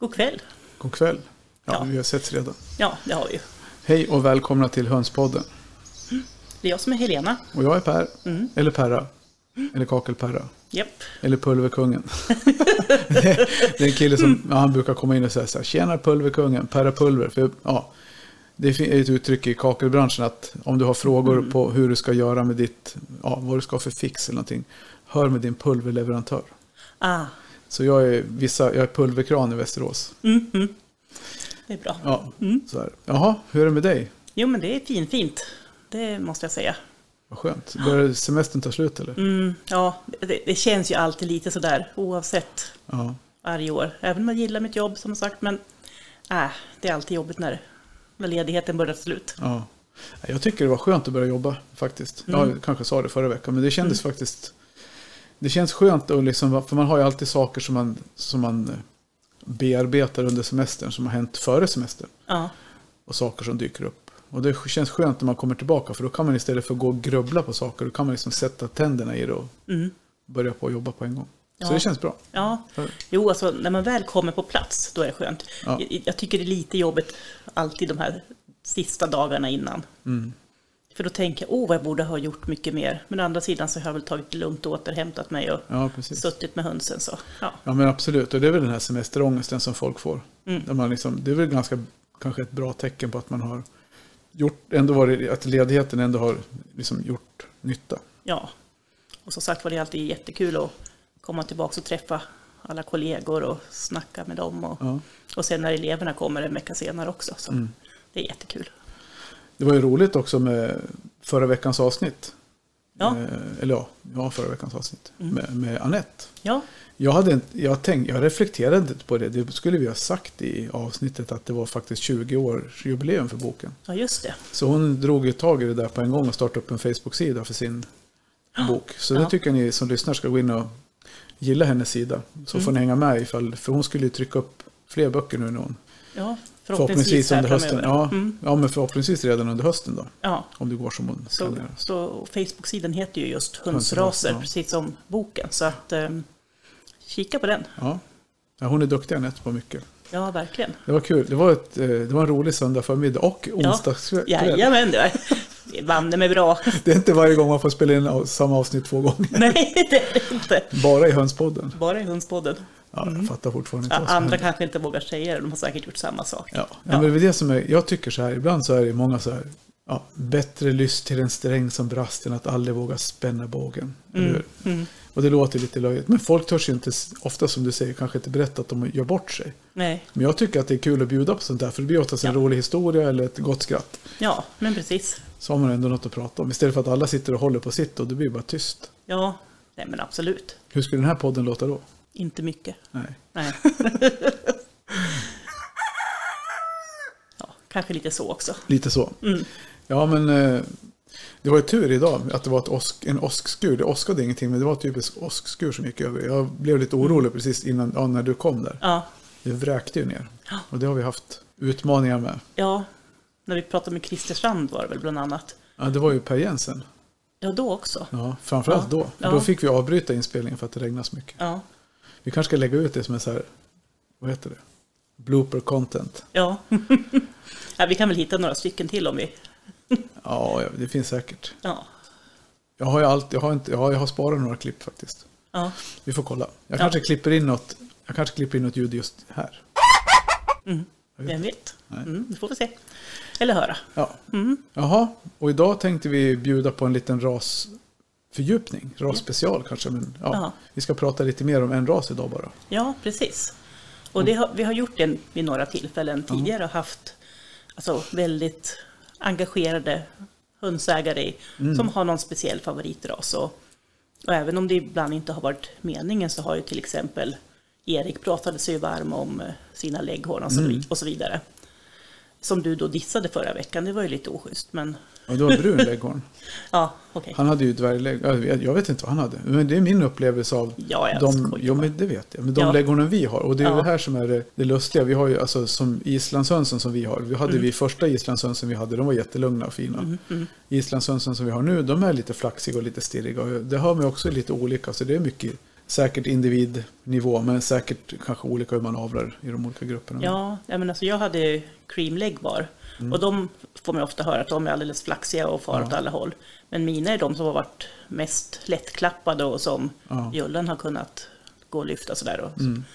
God kväll. God kväll. Ja, Ja. vi har setts redan. Ja, det har vi ju. Hej och välkomna till Hönspodden. Det är jag som är Helena. Och jag är Per. Eller Perra. Eller Kakelperra. Japp. Eller Pulverkungen. Det är en kille som han brukar komma in och säga så här: tjena Pulverkungen, Perra Pulver. För, ja, det är ett uttryck i kakelbranschen att om du har frågor på hur du ska göra med ditt, vad du ska ha för fix eller någonting, hör med din pulverleverantör. Så jag är pulverkran i Västerås. Det är bra. Ja, så här. Jaha, hur är det med dig? Jo, men det är fint. Det måste jag säga. Vad skönt. Börjar semestern ta slut eller? Ja, det känns ju alltid lite sådär oavsett varje år. Även om jag gillar mitt jobb som sagt, men det är alltid jobbigt när ledigheten börjar ta slut. Ja. Jag tycker det var skönt att börja jobba faktiskt. Jag kanske sa det förra veckan, men det kändes faktiskt. Det känns skönt att liksom, för man har ju alltid saker som man bearbetar under semestern som har hänt före semestern. Ja. Och saker som dyker upp. Och det känns skönt när man kommer tillbaka, för då kan man istället för att gå och grubbla på saker, då kan man liksom sätta tänderna i det och börja på att jobba på en gång. Så det känns bra. Ja, jo, alltså när man väl kommer på plats, då är det skönt. Ja. Jag tycker det är lite jobbigt alltid de här sista dagarna innan. För då tänker jag, vad jag borde ha gjort mycket mer. Men å andra sidan så har jag väl tagit det lugnt och återhämtat mig och suttit med hönsen. Så, ja, men absolut. Och det är väl den här semesterångesten som folk får. Där man liksom, det är väl kanske ett bra tecken på att man har att ledigheten ändå har liksom gjort nytta. Ja, och som sagt var det alltid jättekul att komma tillbaka och träffa alla kollegor och snacka med dem. Och sen när eleverna kommer en vecka senare också. Så det är jättekul. Det var ju roligt också med förra veckans avsnitt. Ja. Förra veckans avsnitt. Med Anette. Ja. Jag reflekterade på det. Det skulle vi ha sagt i avsnittet att det var faktiskt 20 års jubileum för boken. Ja, just det. Så hon drog ju tag i det där på en gång och startade upp en Facebook-sida för sin bok. Så det tycker ni som lyssnar ska gå in och gilla hennes sida. Så får ni hänga med för hon skulle ju trycka upp fler böcker nu någon. Ja, förhoppningsvis under hösten. Ja, men förhoppningsvis redan under hösten då. Ja. Om det går som hon ska göra. Så Facebook-sidan heter ju just Hönsraser, precis som boken. Så att kika på den. Ja, hon är duktig Anette på mycket. Ja, verkligen. Det var kul. Det var en rolig söndag förmiddag och onsdagskväll. Jajamän, det vann det med bra. Det är inte varje gång man får spela in samma avsnitt 2 gånger. Nej, det är det inte. Bara i Hönspodden. Bara i Hönspodden. Ja, jag fattar fortfarande inte. Andra kanske inte vågar säga det. De har säkert gjort samma sak. Ja. Men det är det som jag tycker så här. Ibland så är det många så här. Ja, bättre lyst till en sträng som brast än att aldrig våga spänna bågen. Och det låter lite löjligt. Men folk törs ju inte, ofta som du säger, kanske inte berätta att de gör bort sig. Nej. Men jag tycker att det är kul att bjuda på sånt där. För det blir oftast en rolig historia eller ett gott skratt. Ja, men precis. Så har man ändå något att prata om. Istället för att alla sitter och håller på sitt och det blir bara tyst. Ja, nej men absolut. Hur skulle den här podden låta då? Inte mycket. Nej. Ja, kanske lite så också. Lite så. Ja, men det var ju tur idag att det var en åskskur. Det åskade ingenting, men det var typ en åskskur som gick över. Jag blev lite orolig precis innan när du kom där. Ja. Det vräkte ju ner. Och det har vi haft utmaningar med. Ja, när vi pratade med Christer Strand var det väl bland annat. Ja, det var ju Per Jensen. Ja, då också. Ja, framförallt då. För då fick vi avbryta inspelningen för att det regnade så mycket. Ja. Vi kanske ska lägga ut det som en så här, vad heter det? Blooper content. Ja. Vi kan väl hitta några stycken till om vi... Ja, det finns säkert. Ja. Jag har sparat några klipp faktiskt. Ja. Vi får kolla. Jag kanske klipper in något ljud just här. Vem vet? Det får vi se. Eller höra. Ja. Jaha, och idag tänkte vi bjuda på en liten rasfördjupning. Rasspecial kanske, men vi ska prata lite mer om en ras idag bara. Ja, precis. Och vi har gjort det vid några tillfällen tidigare och haft väldigt engagerade hönsägare som har någon speciell favoritras. Och även om det ibland inte har varit meningen så har ju till exempel Erik pratade sig varm om sina lägghorn och så vidare. Som du då dissade förra veckan, det var ju lite oschysst. Men... Och det var brun lägghorn. Ja, okej. Han hade ju dvärglägg. Jag vet inte vad han hade. Men det är min upplevelse av men det vet jag. Men de lägghornen vi har. Och det är det här som är det lustiga. Vi har ju som islandshönsen som vi har. Vi första islandshönsen vi hade, de var jättelugna och fina. Islandshönsen som vi har nu, de är lite flaxiga och lite stirriga. Och det har man också lite olika. Så det är mycket säkert individnivå, men säkert kanske olika hur man avlar i de olika grupperna. Ja, men alltså jag hade cream leg bar. Och de får man ofta höra att de är alldeles flaxiga och far åt alla håll. Men mina är de som har varit mest lättklappade och som Jullen har kunnat gå och lyfta sådär.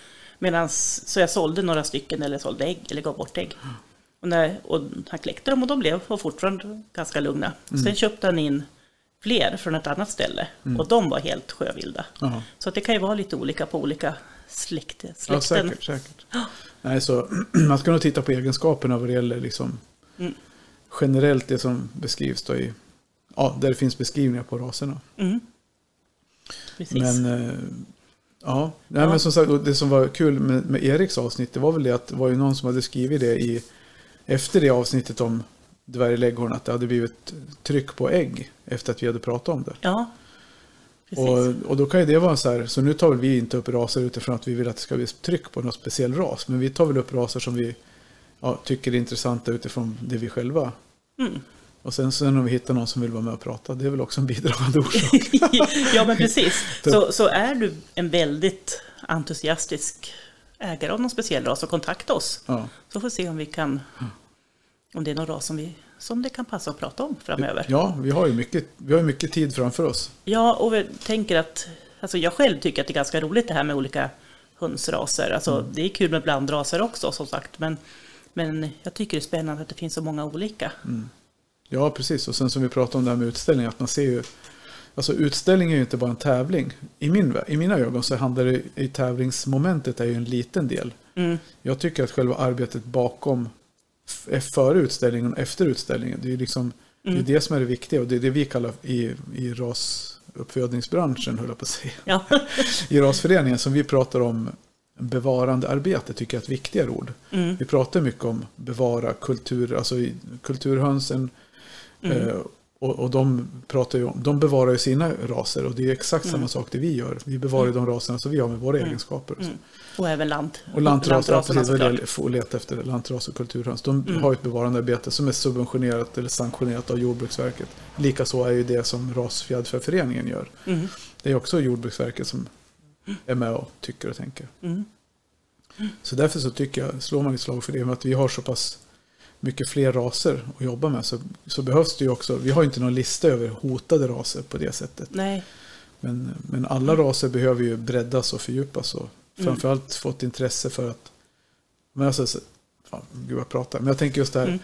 Så jag sålde några stycken eller sålde ägg eller gav bort ägg. Och han kläckte dem och de blev fortfarande ganska lugna. Sen köpte han in fler från ett annat ställe och de var helt sjövilda. Så att det kan ju vara lite olika på olika släkten. Ja, säkert. Nej, så man ska nog titta på egenskaperna vad det gäller liksom, generellt det som beskrivs då där det finns beskrivningar på raserna. Precis. Men men som sagt, det som var kul med Eriks avsnitt, det var väl det att det var ju någon som hade skrivit det efter det avsnittet om dvärgleghorn, att det hade blivit tryck på ägg efter att vi hade pratat om det. Ja, precis. Och då kan ju det vara så här, så nu tar väl vi inte upp raser utifrån att vi vill att det ska bli tryck på någon speciell ras, men vi tar väl upp raser som vi tycker är intressanta utifrån det vi själva. Och sen om vi hittar någon som vill vara med och prata, det är väl också en bidragande orsak. Ja, men precis. Så är du en väldigt entusiastisk ägare av någon speciell ras och kontakta oss. Så får vi se om vi kan, om det är någon ras som det kan passa att prata om framöver. Ja, vi har ju mycket tid framför oss. Ja, och vi tänker att, alltså jag själv tycker att det är ganska roligt det här med olika hundsraser. Alltså det är kul med blandraser också som sagt, men jag tycker det är spännande att det finns så många olika. Ja, precis. Och sen som vi pratade om det här med utställning, att man ser ju, alltså utställning är ju inte bara en tävling. I mina ögon så handlar det i tävlingsmomentet är ju en liten del. Jag tycker att själva arbetet bakom före utställningen och efter utställningen, det är ju liksom det är det som är det viktiga, och det är det vi kallar i rasuppfödningsbranschen, höll jag på att säga. Ja. I rasföreningen som vi pratar om bevarandearbete, tycker jag är ett viktigare ord. Vi pratar mycket om bevara kultur, alltså kulturhönsen, och de bevarar ju sina raser, och det är exakt samma sak det vi gör. Vi bevarar ju de raserna som vi har med våra egenskaper. Och även lantraserna får leta efter det. Lantras och kulturhöns. De har ett bevarandearbete som är subventionerat eller sanktionerat av Jordbruksverket. Likaså är ju det som Rasfjäderföreningen gör. Det är också Jordbruksverket som är med och tycker och tänker. Så därför så tycker jag, slår man ett slag för det, med att vi har så pass mycket fler raser att jobba med, så behövs det ju också, vi har ju inte någon lista över hotade raser på det sättet. Nej. Men alla raser behöver ju breddas och fördjupas, och framförallt få ett intresse för att, men alltså, gud vad pratar, men jag tänker just det här,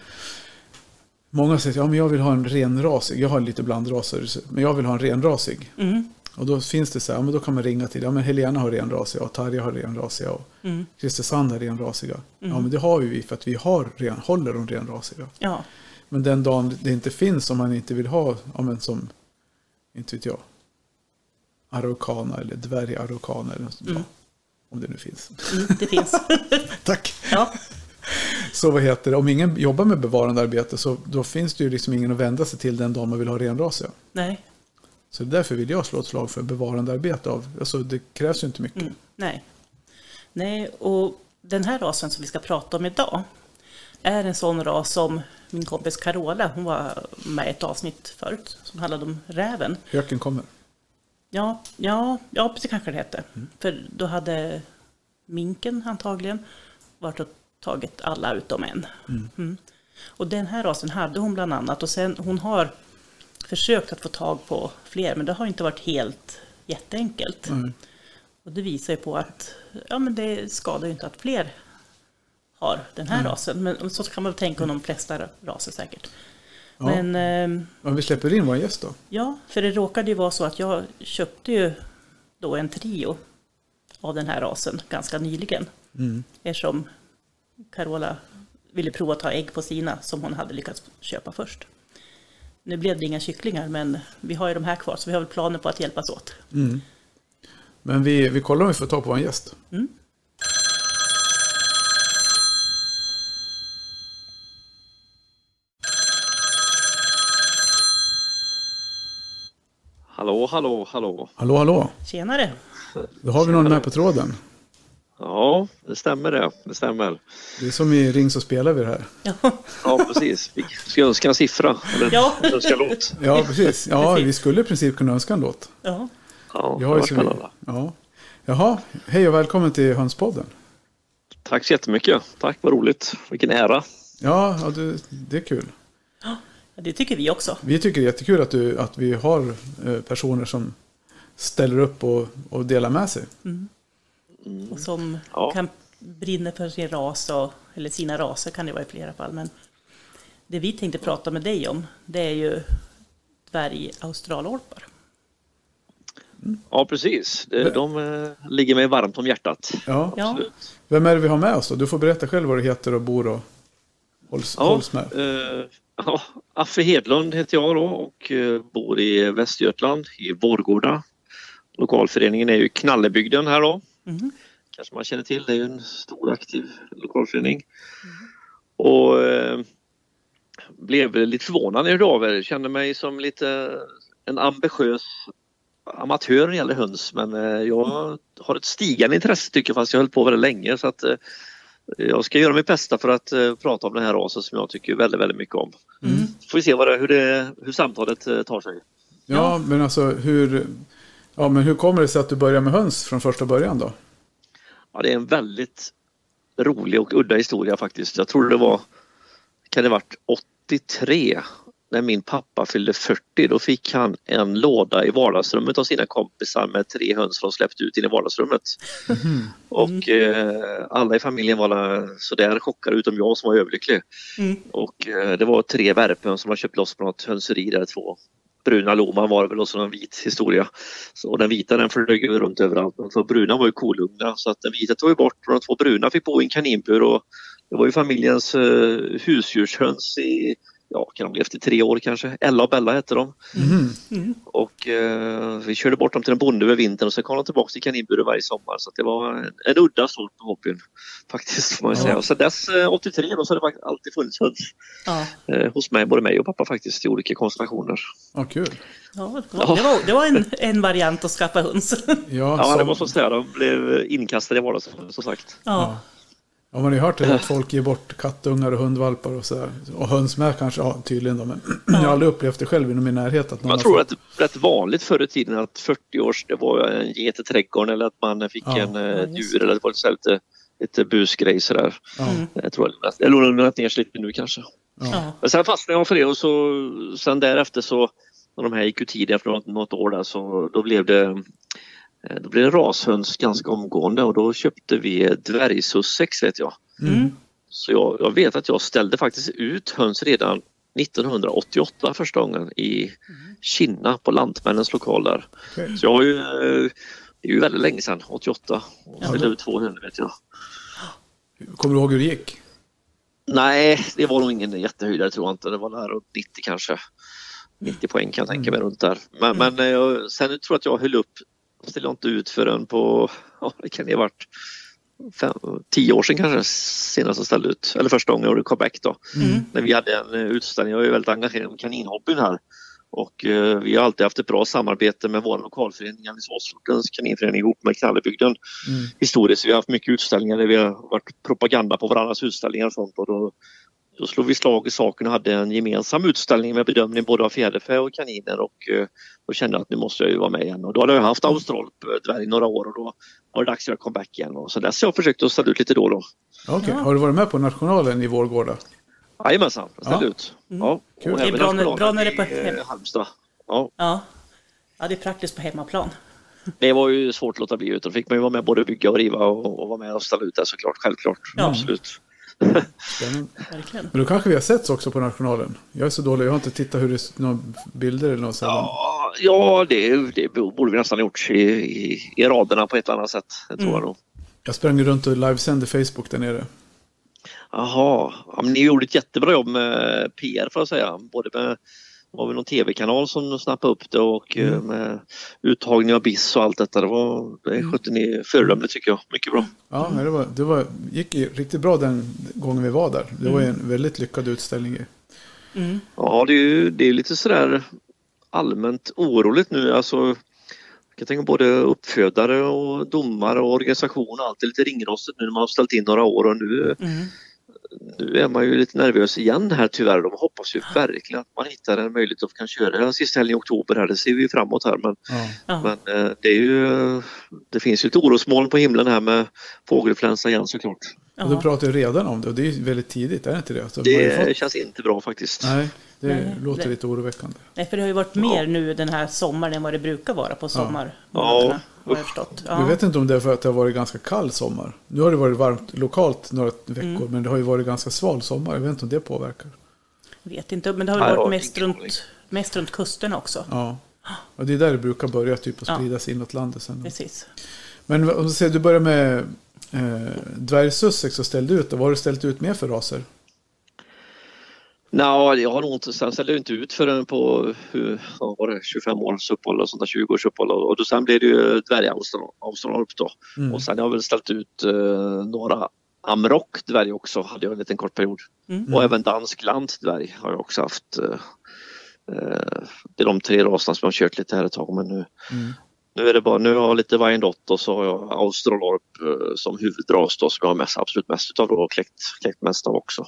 många säger, men jag vill ha en renrasig, jag har lite blandraser, men jag vill ha en renrasig. Och då finns det så här, men då kan man ringa till, men Helena har renrasiga och Tarja har renrasiga och Kristersand har renrasiga. Ja, men det har ju vi för att vi håller de renrasiga. Ja. Men den dagen det inte finns, om man inte vill ha, men som, inte vet jag, araucana eller dvärgaraucana eller om det nu finns. Det finns. Tack. Ja. Så vad heter det, om ingen jobbar med bevarandearbete, så då finns det ju liksom ingen att vända sig till den dagen man vill ha renrasiga. Nej. Så därför vill jag slå ett slag för bevarandearbete alltså det krävs ju inte mycket. Nej, och den här rasen som vi ska prata om idag är en sån ras som min kompis Carola, hon var med i ett avsnitt förut som handlade om räven. Höken kommer. Ja, precis kanske det hette. För då hade minken antagligen varit och tagit alla utom en. Och den här rasen hade hon bland annat, och sen hon har försökt att få tag på fler, men det har inte varit helt jätteenkelt. Och det visar ju på att men det skadar ju inte att fler har den här rasen. Men så kan man tänka om de flesta raser säkert. Ja. Men vi släpper in vår gäst då. Ja, för det råkade ju vara så att jag köpte ju då en trio av den här rasen ganska nyligen. Eftersom Carola ville prova att ta ägg på sina som hon hade lyckats köpa först. Nu blev det inga kycklingar, men vi har ju de här kvar, så vi har väl planer på att hjälpas åt. Men vi kollar om vi får ta på en gäst. Hallå. Tjenare. Då har vi någon med på tråden. Ja, det stämmer det. Det är som i Ring så spelar vi det här. Ja, precis. Vi ska önska en siffra. Eller önska låt. Ja, precis. Ja, vi skulle i princip kunna önska en låt. Ja, det var spännande. Ja. Jaha, hej och välkommen till Hönspodden. Tack så jättemycket. Tack, vad roligt. Vilken ära. Ja, det är kul. Ja, det tycker vi också. Vi tycker det är jättekul att vi har personer som ställer upp och delar med sig. Och som kan brinna för sin ras, eller sina raser kan det vara i flera fall. Men det vi tänkte prata med dig om, det är ju dvärg-australorpar. Ja, precis. De ligger mig varmt om hjärtat. Ja. Absolut. Vem är det vi har med oss då? Du får berätta själv vad du heter och bor och hålls med. Affe Hedlund heter jag då och bor i Västergötland, i Vårgårda. Lokalföreningen är ju Knallebygden här då. Kanske man känner till, det är ju en stor aktiv lokalförening. Och blev lite förvånad idag. Kände mig som lite en ambitiös amatör när det gäller höns, men jag har ett stigande intresse tycker jag, fast jag höll på väldigt länge, så att jag ska göra mitt bästa för att prata om den här rasen som jag tycker väldigt, väldigt mycket om. Får vi se hur samtalet tar sig. Ja, men alltså hur kommer det sig att du börjar med höns från första början då? Ja, det är en väldigt rolig och udda historia faktiskt. Jag tror kan det varit 83 när min pappa fyllde 40. Då fick han en låda i vardagsrummet av sina kompisar med 3 höns som släppte ut in i vardagsrummet. Och alla i familjen var så där chockade utom jag som var överlycklig. Och det var 3 värphöns som har köpt loss på något hönseri där, 2 bruna loman var det väl, och så en vit historia. Så den vita den flög runt överallt. Så bruna var ju kolugna, så att den vita tog ju bort och de 2 bruna fick bo i en kaninbur, och det var ju familjens husdjurshöns i, kan de bli efter 3 år kanske. Ella och Bella hette de. Och vi körde bort dem till en bonde över vintern och så kom de tillbaka till kaninburen varje sommar. Så att det var en udda sort på hobbyn faktiskt, får man säga. Och så dess 83 då så har det alltid funnits höns hos mig, både mig och pappa faktiskt, i olika konstellationer. Ja, kul. Ja, det var en variant att skaffa höns. Ja, det måste jag säga. De blev inkastade i vardagsrummet, som sagt. Ja, man har ju hört det att folk ger bort kattungar och hundvalpar och sådär. Och höns med kanske, tydligen då. Men jag har aldrig upplevt det själv inom min närhet. Att någon jag tror att det är rätt vanligt förr i tiden att 40 års, det var en get i trädgården, eller att man fick en djur, eller det var lite busgrej sådär. Jag tror det låg ner sig lite nu kanske. Men sen fastnade jag för det, och sen därefter så, när de här gick ut tidigare för något år där, så då blev det rashöns ganska omgående, och då köpte vi dvärgsussex, vet jag. Så jag vet att jag ställde faktiskt ut höns redan 1988 första gången i Kina på Lantmännens lokal där. Okay. Så jag har det är ju väldigt länge sedan, 88, och ställde ut 200, vet jag. Kommer du ihåg hur det gick? Nej, det var nog ingen jättehöjdare, tror jag inte. Det var där runt 90 kanske. 90 poäng kan jag tänka mig runt där. Men sen tror jag att jag höll upp, ställde jag inte ut förrän på, det kan det ha varit 10 år sedan kanske senast jag ställde ut, eller första gången jag gjorde comeback då. När vi hade en utställning, jag är väldigt engagerad i kaninhobbyn här, och vi har alltid haft ett bra samarbete med vår lokalförening, Alingsåsortens kaninförening, ihop med Knallebygden. Historiskt, vi har haft mycket utställningar där vi har varit propaganda på varandras utställningar och sånt, och då slog vi slag i saken och hade en gemensam utställning med bedömning både av fjäderfä och kaniner, och kände att nu måste jag ju vara med igen. Och då hade jag haft australdvärg i några år, och då var det dags att göra comeback igen. Och så dess har jag försökt att ställa ut lite då. Okej. Har du varit med på nationalen i Vårgårda? Jajamensan, jag ställde ut. Ja. Cool. Det är bra när det är på Halmstad. Ja, det är praktiskt på hemmaplan. Det var ju svårt att låta bli, utan fick man ju vara med både bygga och riva och vara med och ställa ut det, såklart, självklart. Absolut. Men då kanske vi har setts också på nationalen. Jag är så dålig, jag har inte tittat hur det är, några bilder eller något sådant. Ja, det borde vi nästan gjort i raderna på ett eller annat sätt, det tror jag nog. Jag sprang runt och livesände Facebook där nere. Jaha, men ni gjorde ett jättebra jobb med PR, får jag säga. Både med, var det någon tv-kanal som snappade upp det, och med uttagning av biss och allt detta. Det skötte ni föredömligt, tycker jag. Mycket bra. Ja, det gick riktigt bra den gången vi var där. Det var en väldigt lyckad utställning. Ja, det är lite sådär allmänt oroligt nu. Alltså, jag tänker både uppfödare och domare och organisation, allt är lite ringrostigt nu när man har ställt in några år, och nu nu är man ju lite nervös igen här tyvärr. De hoppas ju verkligen att man hittar en möjlighet att kan köra den sista helgen i oktober här. Det ser vi ju framåt här. Men, men det är ju, det finns ju ett orosmoln på himlen här med fågelinfluensa igen såklart. Och du pratar ju redan om det och det är väldigt tidigt, är det inte det? Alltså, det känns inte bra faktiskt. Nej, det låter lite oroväckande. Nej, för det har ju varit mer nu den här sommaren än vad det brukar vara på sommarmånaderna. Har jag förstått. Jag vet inte om det är för att det har varit ganska kall sommar. Nu har det varit varmt lokalt några veckor, men det har ju varit ganska sval sommar. Jag vet inte om det påverkar. Jag vet inte, men det har ju varit mest runt kusten också. Ja, och det är där det brukar börja typ att spridas inåt landet sen. Precis. Men om du börjar med dvärgsussex och ställde ut, vad har du ställt ut med för raser? Nej, jag har nog inte, sen ställde jag inte ut förrän på 25 års uppehåll och sånt där, 20 års uppehåll, och då sen blev det ju dvärgaustralorp då. Och sen har jag väl ställt ut några amrock dvärg också, hade jag en liten kort period. Och även dansk landdvärg har jag också haft. Det är de 3 raserna som jag har kört lite här ett tag, men nu är det bara, nu har jag lite Wyandotte och så har jag Australorp som huvudras då, som jag har absolut mest utav då, och kläckt mest av också.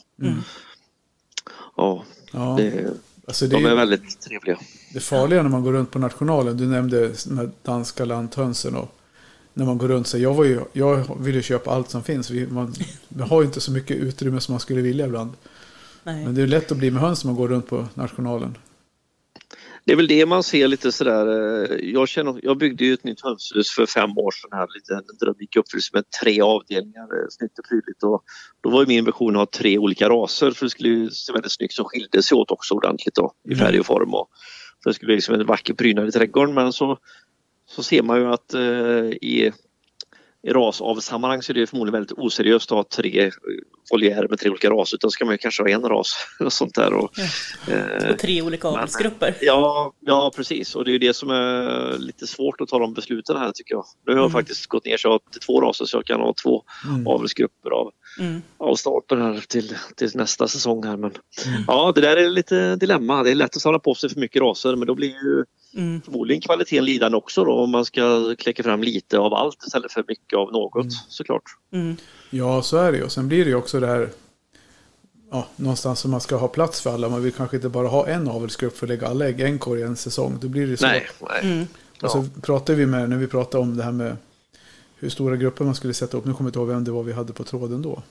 Ja, alltså de är väldigt trevliga. Det farliga när man går runt på nationalen, du nämnde de här danska lanthönsen, och när man går runt så jag vill ju köpa allt som finns. Man har ju inte så mycket utrymme som man skulle vilja ibland. Nej. Men det är lätt att bli med höns när man går runt på nationalen. Det är väl det man ser lite sådär. Jag byggde ju ett nytt hönshus för 5 år sedan här. En dröm gick uppfylld med 3 avdelningar, snitt och prydligt. Och då var ju min vision att ha 3 olika raser, för det skulle ju se väldigt snyggt, som skilde sig åt också ordentligt då, i färg och form. Och för det skulle bli liksom en vacker prydnad i trädgården. Men så ser man ju att i rasavsammanhang så är det förmodligen väldigt oseriöst att ha 3 voljärer med 3 olika raser, utan ska man ju kanske ha en ras och sånt där. Och 3 olika avelsgrupper. Ja, precis. Och det är ju det som är lite svårt att ta de besluten här, tycker jag. Nu har jag faktiskt gått ner så till 2 raser, så jag kan ha 2 avelsgrupper av starten här till nästa säsong här. Men ja, det där är lite dilemma. Det är lätt att samla på sig för mycket raser, men då blir ju förmodligen kvaliteten lidande också då, om man ska kläcka fram lite av allt istället för mycket av något, såklart. Ja, så är det ju. Och sen blir det ju också det här, någonstans som man ska ha plats för alla. Man vill kanske inte bara ha en avelsgrupp för att lägga alla ägg i en korg en säsong. Då blir det så. Nej. Och så pratade vi när vi pratade om det här med hur stora grupper man skulle sätta upp. Nu kommer jag inte ihåg vem det var vi hade på tråden då.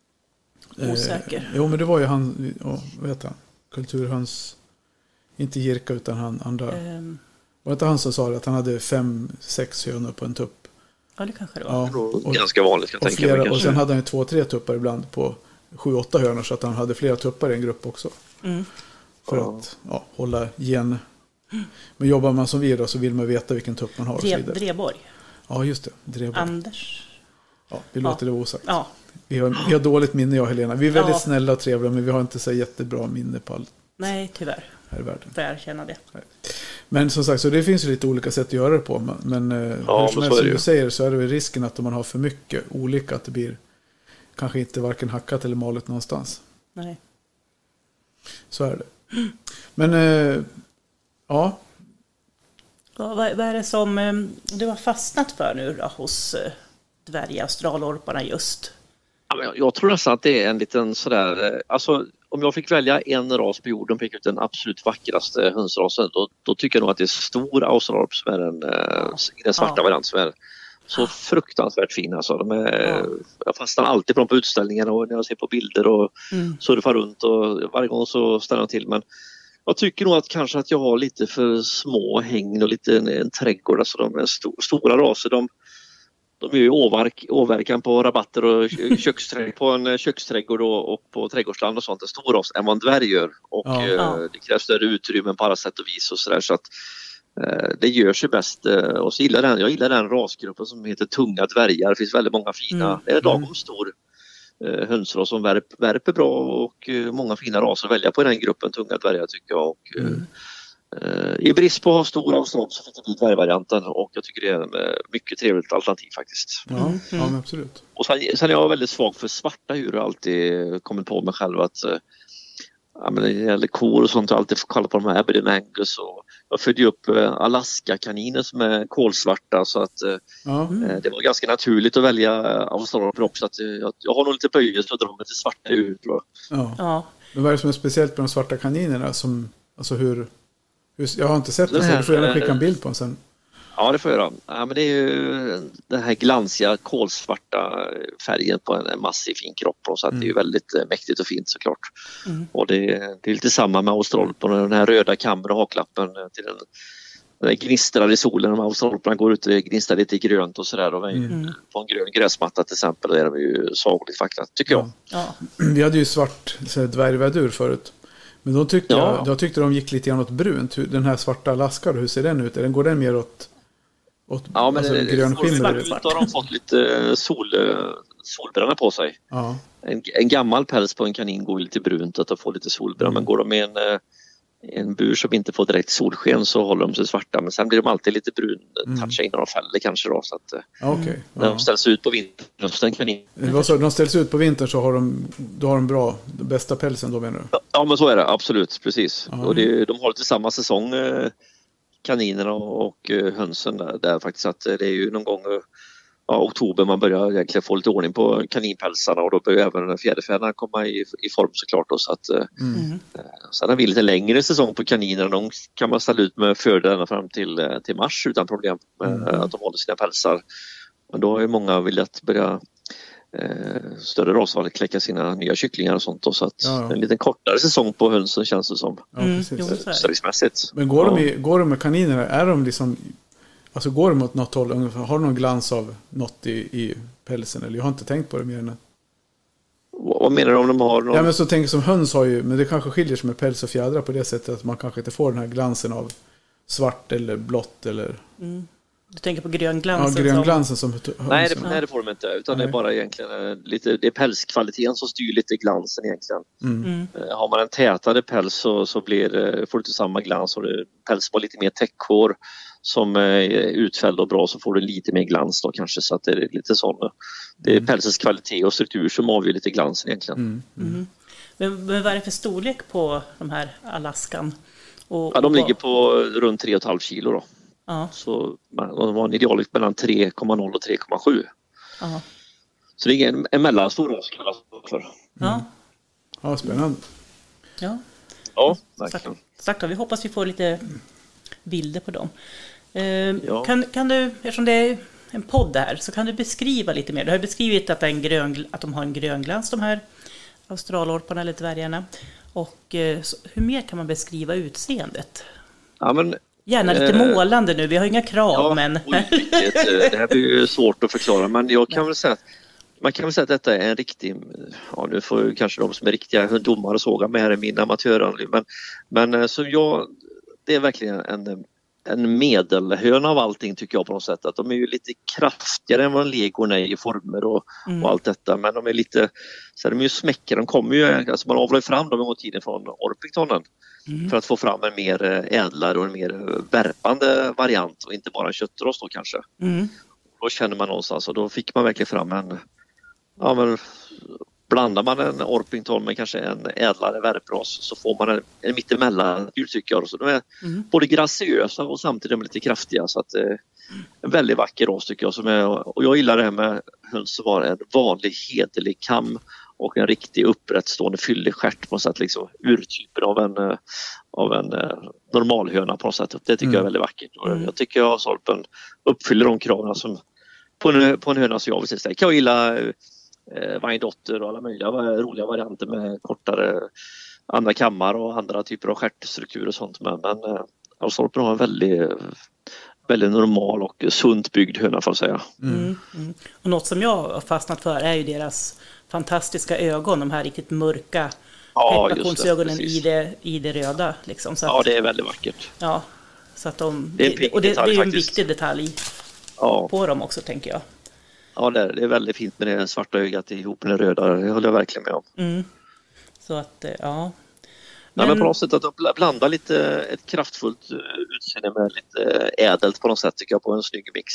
Osäker. Jo, men det var ju han, vad heter han? Kulturhöns, inte Jirka utan han andra. Var inte han som sa det, att han hade 5-6 hönor på en tupp? Ja, det kanske det var. Ja, ganska vanligt, kan jag tänka mig. Och sen hade han ju 2-3 tuppar ibland på 7-8 hönor, så att han hade flera tuppar i en grupp också. För att hålla igen. Men jobbar man som vi då, så vill man veta vilken tupp man har. Dreborg. Ja, just det. Dreborg. Anders. Ja, vi låter det osagt. Ja. Vi har dåligt minne, jag och Helena. Vi är väldigt snälla och trevliga, men vi har inte så jättebra minne på allt. Nej, tyvärr. Här i världen. Får jag erkänna det. Nej. Men som sagt, så det finns ju lite olika sätt att göra det på. Men hur som helst, som du säger, så är det väl risken att om man har för mycket olika, att det blir kanske inte varken hackat eller malet någonstans. Nej. Så är det. Men ja. Vad är det som du har fastnat för nu då, hos dvärgaustralorparna just? Jag tror nästan att det är en liten sådär, alltså om jag fick välja en ras på jorden, fick ut den absolut vackraste hönsrasen, då tycker jag nog att det är stor australorp som är den svarta variant som är så fruktansvärt fin. Alltså. Jag fastnar alltid på dem på utställningarna och när jag ser på bilder och surfar runt, och varje gång så stannar jag till. Men jag tycker nog att kanske att jag har lite för små hängn och lite en trädgård. Alltså de är stora raser. De är ju åverkan på rabatter och på en köksträdgård och på trädgårdsland och sånt. En stor ras än vad en dvärg gör. Och det krävs större utrymmen på alla sätt och vis och sådär. Så att det gör sig bäst. Och så jag gillar den rasgruppen som heter tunga dvärgar. Det finns väldigt många fina. Det är lagom stor hönsras som värper bra, och många fina raser att välja på i den gruppen tunga dvärgar, tycker jag. Och i brist på stora avstånd så fick det bli dvärgvarianten, och jag tycker det är ett mycket trevligt alternativ faktiskt. Ja, men absolut. Och sen är jag väldigt svag för svarta djur, och alltid kommit på mig själv att ja, men det gäller kor och sånt, jag har alltid fått kolla på de här Aberdeen Angus, och jag födde upp Alaska-kaniner som är kolsvarta, så att det var ganska naturligt att välja australier också, att jag har nog lite böjelse att dra mig till svarta ut. Ja. Men vad är det som är speciellt med de svarta kaninerna? Alltså hur jag har inte sett det, så du får gärna skicka en bild på den sen. Ja, det får jag göra. Ja, men det är ju den här glansiga kolsvarta färgen på en massiv fin kropp, och så att det är ju väldigt mäktigt och fint såklart. Och det är lite samma med australorporna, den här röda kammen och haklappen till den gnistrar i solen. De australorporna går ut och gnistrar lite grönt och sådär. På en grön gräsmatta till exempel, där är de ju sagligt vackra, tycker jag. Ja. Vi hade ju svart dvärgvädur förut. Men då tyckte jag tyckte de gick lite grann åt brunt. Den här svarta Alaska, hur ser den ut? Går den mer åt ja, men alltså grönskimmer? Då har de fått lite solbränna på sig. Ja. En gammal päls på en kanin går lite brunt att få lite solbränna. Men går de med en bur som inte får direkt solsken så håller de sig svarta. Men sen blir de alltid lite brun, toucha innan de fäller kanske då. Så att, när de ställs ut på vintern så den kanin... De ställs ut på vintern så har de bra, bästa pälsen då, menar du? Ja, men så är det, absolut, precis. Och de har lite samma säsong, kaninerna och hönsen där faktiskt, att det är ju någon gång oktober man börjar egentligen få lite ordning på kaninpälsarna, och då börjar även fjäderfäna komma i form såklart då, så att sen har vi lite längre säsong på kaninerna. De kan man ställa ut med fördel ända fram till mars utan problem att de håller sina pälsar, men då är många velat börja större rasval kläcka sina nya kycklingar och sånt då, så att en lite kortare säsong på hönsen känns det som. Servicemässigt. Men går de med kaninerna, är de liksom, alltså går de åt något håll, har de någon glans av något i pälsen, eller jag har inte tänkt på det mer än. Vad menar du om de har någon... Ja, men så tänker som höns har ju, men det kanske skiljer sig med päls och fjädrar på det sättet att man kanske inte får den här glansen av svart eller blått eller... Du tänker på grönglansen? Ja, grönglansen som nej, det får de inte. Utan det är bara egentligen lite, det är pälskvaliteten som styr lite glansen egentligen. Har man en tätare päls så får du inte samma glans. Och päls på lite mer täckhår som är utfälld och bra, så får du lite mer glans då kanske. Så att det är lite sån. Det är pälsens kvalitet och struktur som avgör lite glansen egentligen. Men vad är det för storlek på de här Alaskan? De ligger på runt 3,5 kilo då. Så de var en idealigt mellan 3,0 och 3,7. Så det är en mellanstor ras kallas för. Ja, spännande. Ja, verkligen. Sagt då, vi hoppas vi får lite bilder på dem. Kan du, eftersom det är en podd här, så kan du beskriva lite mer. Du har beskrivit att de har en grönglans, de här australorparna eller dvärgarna. Och hur mer kan man beskriva utseendet? Ja, men gärna lite målande nu, vi har inga krav, men... det här blir ju svårt att förklara, men jag kan väl säga att man kan väl säga att detta är en riktig, nu får ju kanske de som är riktiga domare såga med här i min amatörandling, men så det är verkligen en medelhörna av allting tycker jag på något sätt, att de är ju lite kraftigare än vad legorna är i former och allt detta, men de är lite, så de är ju smäckare, de kommer ju, alltså man avlar ju fram dem en gång tiden från Orpingtonen för att få fram en mer ädlare och en mer värpande variant och inte bara en köttrost då kanske. Då känner man någonstans, och då fick man verkligen fram men blandar man en Orpington med kanske en ädlare värpras så får man en mittemellan djurtycker, och så de är både graciösa och samtidigt lite kraftiga, så att en väldigt vacker ras tycker jag, och jag gillar det här med höns som var en vanlig hederlig kam och en riktig upprättstående fyllig stjärt på något sätt, liksom urtypen av en normalhöna på något sätt. Det tycker jag är väldigt vackert, och jag tycker att Sorpen uppfyller de kraven som på en höna som jag vill säga. Jag gillar Wyandotter och alla möjliga roliga varianter med kortare andra kammar och andra typer av stjärtstruktur och sånt, men Sorpen har en väldigt normal och sunt byggd höna får jag säga. Och något som jag har fastnat för är ju deras fantastiska ögon, de här riktigt mörka pepparkornsögonen i det röda liksom, så att, det är väldigt vackert. Ja, så att det är ju en viktig detalj på dem också, tänker jag. Ja, det är väldigt fint med det svarta ögat ihop med det röda, det håller jag verkligen med om. Så att, Men på något sätt att blanda lite ett kraftfullt utseende med lite ädelt på något sätt tycker jag, på en snygg mix.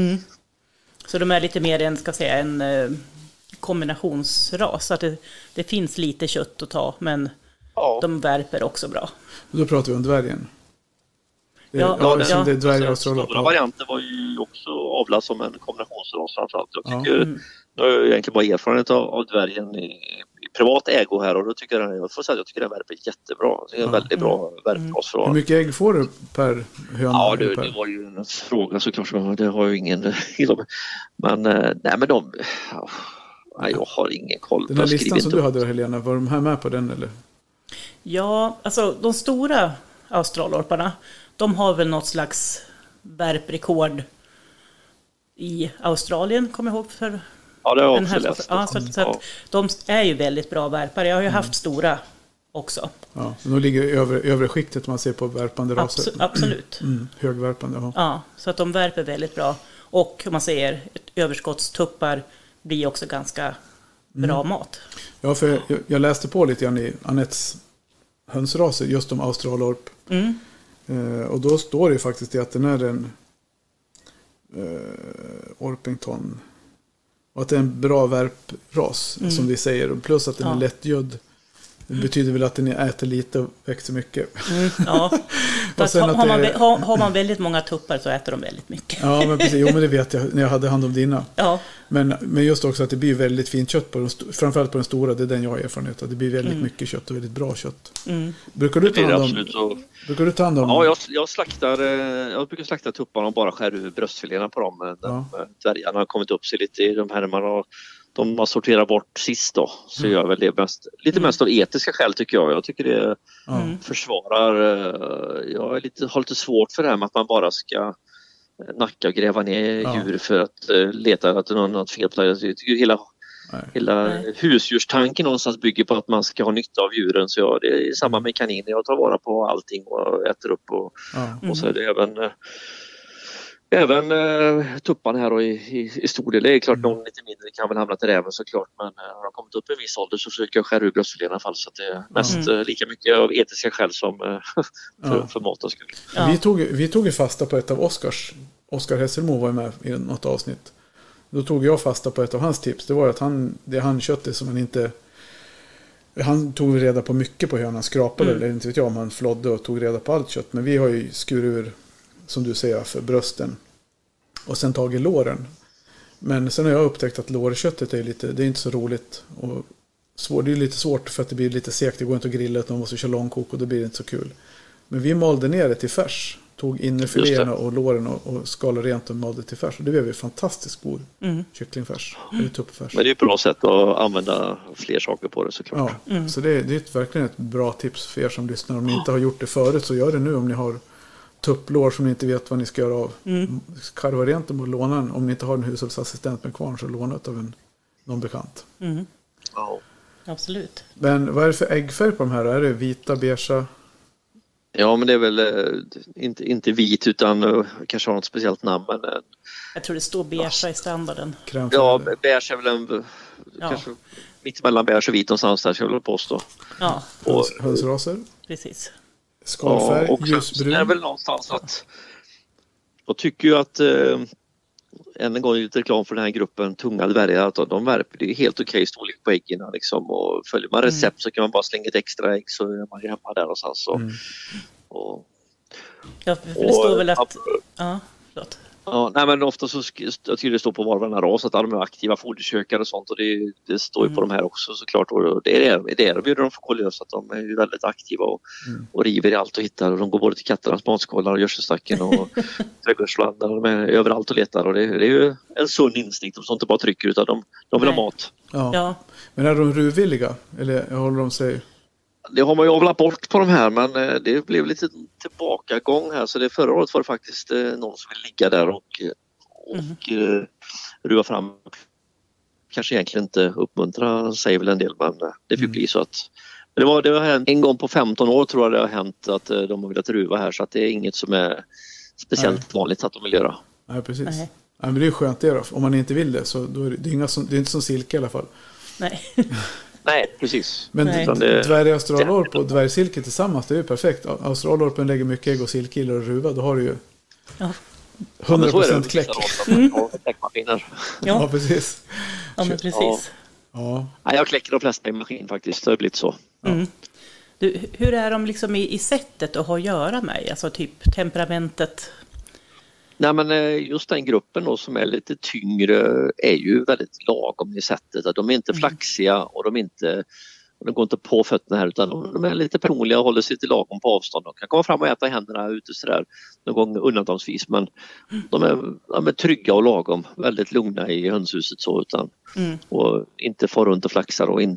Så de är lite mer en kombinationsras, så att det finns lite kött att ta, men Ja. De värper också bra. Och då pratar vi om dvärgen. Det är dvärg och stora varianter var ju också avlad som en kombinationsras framförallt. Jag tycker, nu har jag egentligen bara erfarenhet av dvärgen i privat ägo här och då tycker jag får säga att jag tycker den värper jättebra. Det är en väldigt bra värpras. Hur mycket ägg får du per höna? Ja, det var ju en fråga såklart. Det har ju ingen... Men nej, men jag har ingen koll. Den här listan som du hade då, Helena, var de här med på den eller? Ja, alltså de stora australorparna, de har väl något slags värprekord i Australien, kommer jag ihåg för. Ja, det har jag också läst. Ja, så att de är ju väldigt bra värpare. Jag har ju haft stora också. Ja, de ligger i övre skiktet man ser på värpande raser. Absolut. Högvärpande, ja. Ja, så att de värper väldigt bra. Och om man säger överskottstuppar blir också ganska bra mat. Ja, för jag läste på lite grann i Anettes hönsraser just om australorp. Och då står det ju faktiskt det att den är en Orpington. Och att det är en bra värpras som vi säger. Plus att den är lättgödd. Det betyder väl att den äter lite och växer mycket. Ja. Har man väldigt många tuppar så äter de väldigt mycket. Ja, men precis. Jo, men det vet jag när jag hade hand om dina. Ja. Men just också att det blir väldigt fint kött på framförallt på den stora, det är den jag har erfarenhet av. Det blir väldigt mycket kött och väldigt bra kött. Brukar du ta hand om? Ja, jag brukar slakta tupparna och bara skära ur bröstfiléerna på dem. Dvärgarna har kommit upp sig lite i de här de har sorterat bort sist då, så gör väl det mest av etiska skäl tycker jag. Jag tycker det försvarar, jag har lite svårt för det här med att man bara ska nacka och gräva ner djur för att leta att något fel på det. Jag tycker hela husdjurstanken någonstans bygger på att man ska ha nytta av djuren, så det är samma med kaniner. Jag tar vara på allting och äter upp och så är det även tupparna här och i stor del. Det är klart någon lite mindre kan väl hamna till räven såklart, men har de kommit upp i en viss ålder så försöker jag skära ur bröstfiléerna i alla fall, så att det är mest lika mycket av etiska skäl som för matens skull. Ja. Vi tog ju fasta på ett av Oskar Hesselmo var med i något avsnitt. Då tog jag fasta på ett av hans tips. Det var att han köpte som han inte... Han tog reda på mycket på hönan, skrapade eller inte vet jag om han flodde och tog reda på allt kött. Men vi har ju skurit ur, som du säger, för brösten. Och sen tagit låren. Men sen har jag upptäckt att lårköttet det är inte så roligt. Och det är lite svårt för att det blir lite segt. Det går inte att grilla utan man måste köra långkok och då blir det inte så kul. Men vi malde ner det till färs. Tog innerfiléerna och låren och skalade rent och malde till färs. Och det blev ju fantastiskt god kycklingfärs. Eller tuppfärs. Men det är ett bra sätt att använda fler saker på det såklart. Ja, så det är verkligen ett bra tips för er som lyssnar. Om ni inte har gjort det förut så gör det nu om ni har tupplår som ni inte vet vad ni ska göra av. Karva rent dem och låna den. Om ni inte har en hushållsassistent med kvarn så låna det av någon bekant. Ja. Absolut. Men vad är det för äggfärg på de här? Är det vita, beigea? Ja, men det är väl inte vit utan kanske har något speciellt namn. Men, jag tror det står beigea i standarden. Ja, beige är väl kanske mitt mellan beige och vit någonstans där, skulle jag påstå. Ja. Och hönsraser? Precis. Skalfärg, och ljusbrun. Det är väl någonstans att jag tycker ju att än en gång lite reklam för den här gruppen tunga dvärgar, att de värper, det är helt okej storlek på äggen liksom, och följer man recept så kan man bara slänga ett extra ägg så är man hemma där någonstans. Ja, för det står väl att... Ja, förlåt. Ja, nej, men ofta så jag tycker det står på var och varannan ras att de är aktiva foderkökare och sånt, och det står ju på de här också såklart, och det är de bjuder de för kollös, att de är ju väldigt aktiva och river i allt och hittar, och de går både till katternas matskålar och gödselstacken och trädgårdslandar, de är överallt och letar, och det är ju en sund instinkt, de står inte bara trycker utan de vill ha mat. Ja. Men är de ruvvilliga eller håller de sig? Det har man ju avlat bort på de här, men det blev lite tillbakagång här, så förra året var det faktiskt någon som ville ligga där och ruva fram. Kanske egentligen inte uppmuntra, säger väl en del, men det fick bli så att det har hänt en gång på 15 år, tror jag det har hänt att de har velat ruva här, så att det är inget som är speciellt vanligt att de vill göra. Nej, precis. Nej, men det är skönt det då. Om man inte vill det så då är det är inte som silke i alla fall. Nej. Nej, precis. Men dvärg-australorp och dvärgsilke tillsammans, det är ju perfekt. Australorpen lägger mycket ägg och silke gillar att ruva, då har du ju 100% kläck. Ja, precis. Ja, men precis. Ja. Jag kläcker de flesta i maskin faktiskt, det har blivit så. Hur är de liksom i sättet att ha att göra med? Alltså typ temperamentet? Nej, men just den gruppen då som är lite tyngre är ju väldigt lagom i sättet. Att de är inte flaxiga och de går inte på fötterna här, utan de är lite personliga och håller sig lite lagom på avstånd. De kan komma fram och äta händerna ute sådär någon gång undantagsvis, men de är trygga och lagom, väldigt lugna i hönshuset så, utan och inte far runt och flaxar och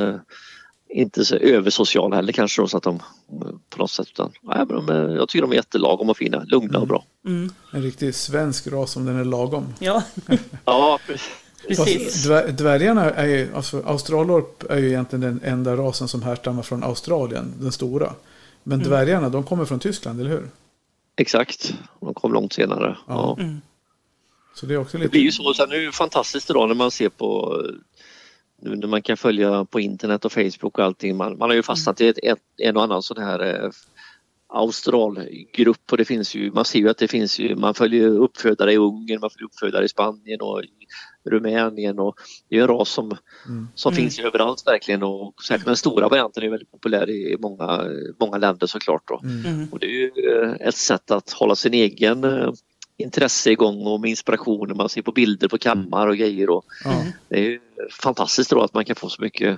inte så översociala heller kanske då, så att de på något sätt, utan jag tycker de är jättelagom och fina, lugna och bra. En riktig svensk ras om den är lagom. Ja. Ja, Precis. Dvärgarna är ju, alltså australorp är ju egentligen den enda rasen som härstammar från Australien, den stora. Men dvärgarna, de kommer från Tyskland, eller hur? exakt. De kom långt senare. Ja. Så det är också lite... Det blir ju så, sen är det ju fantastiskt idag när man ser på, nu när man kan följa på internet och Facebook och allting, man har ju fastnat i en och annan sån här australgrupp, och det finns ju, man ser ju att det finns ju, man följer uppfödare i Ungern, man följer uppfödare i Spanien och i Rumänien, och det är en ras som finns överallt verkligen, och särskilt den stora varianten är väldigt populär i många länder såklart då. Och det är ju ett sätt att hålla sin egen intresse igång och med inspiration när man ser på bilder på kammar och grejer, och det är ju fantastiskt då att man kan få så mycket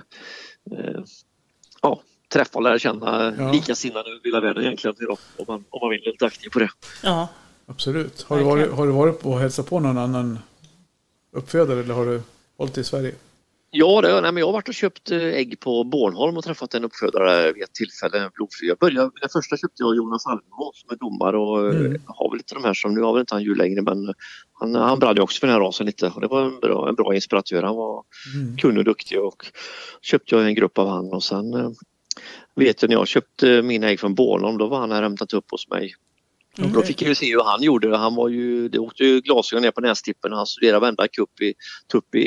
träffa och lära känna likasinnade över hela världen egentligen idag, om man vill lite aktiv på det. Ja, absolut. Har du varit på och hälsat på någon annan uppfödare, eller har du hållit i Sverige? Ja, men jag har varit och köpt ägg på Bornholm och träffat en uppfödare vid ett tillfälle, blodfri. Den första köpte jag Jonas Almemo som är domare, och har väl lite de här som, nu har väl inte han djur längre, men han brann ju också för den här rasen lite, och det var en bra inspiratör. Han var kunnig och duktig, och köpte jag en grupp av han, och sen vet jag när jag köpte mina ägg från Bornholm, då var han här hämtat upp hos mig. Okay. Då fick jag ju se hur han gjorde det. Han var ju, det åkte ju glasögon ner på nästippen, och han studerade varenda tupp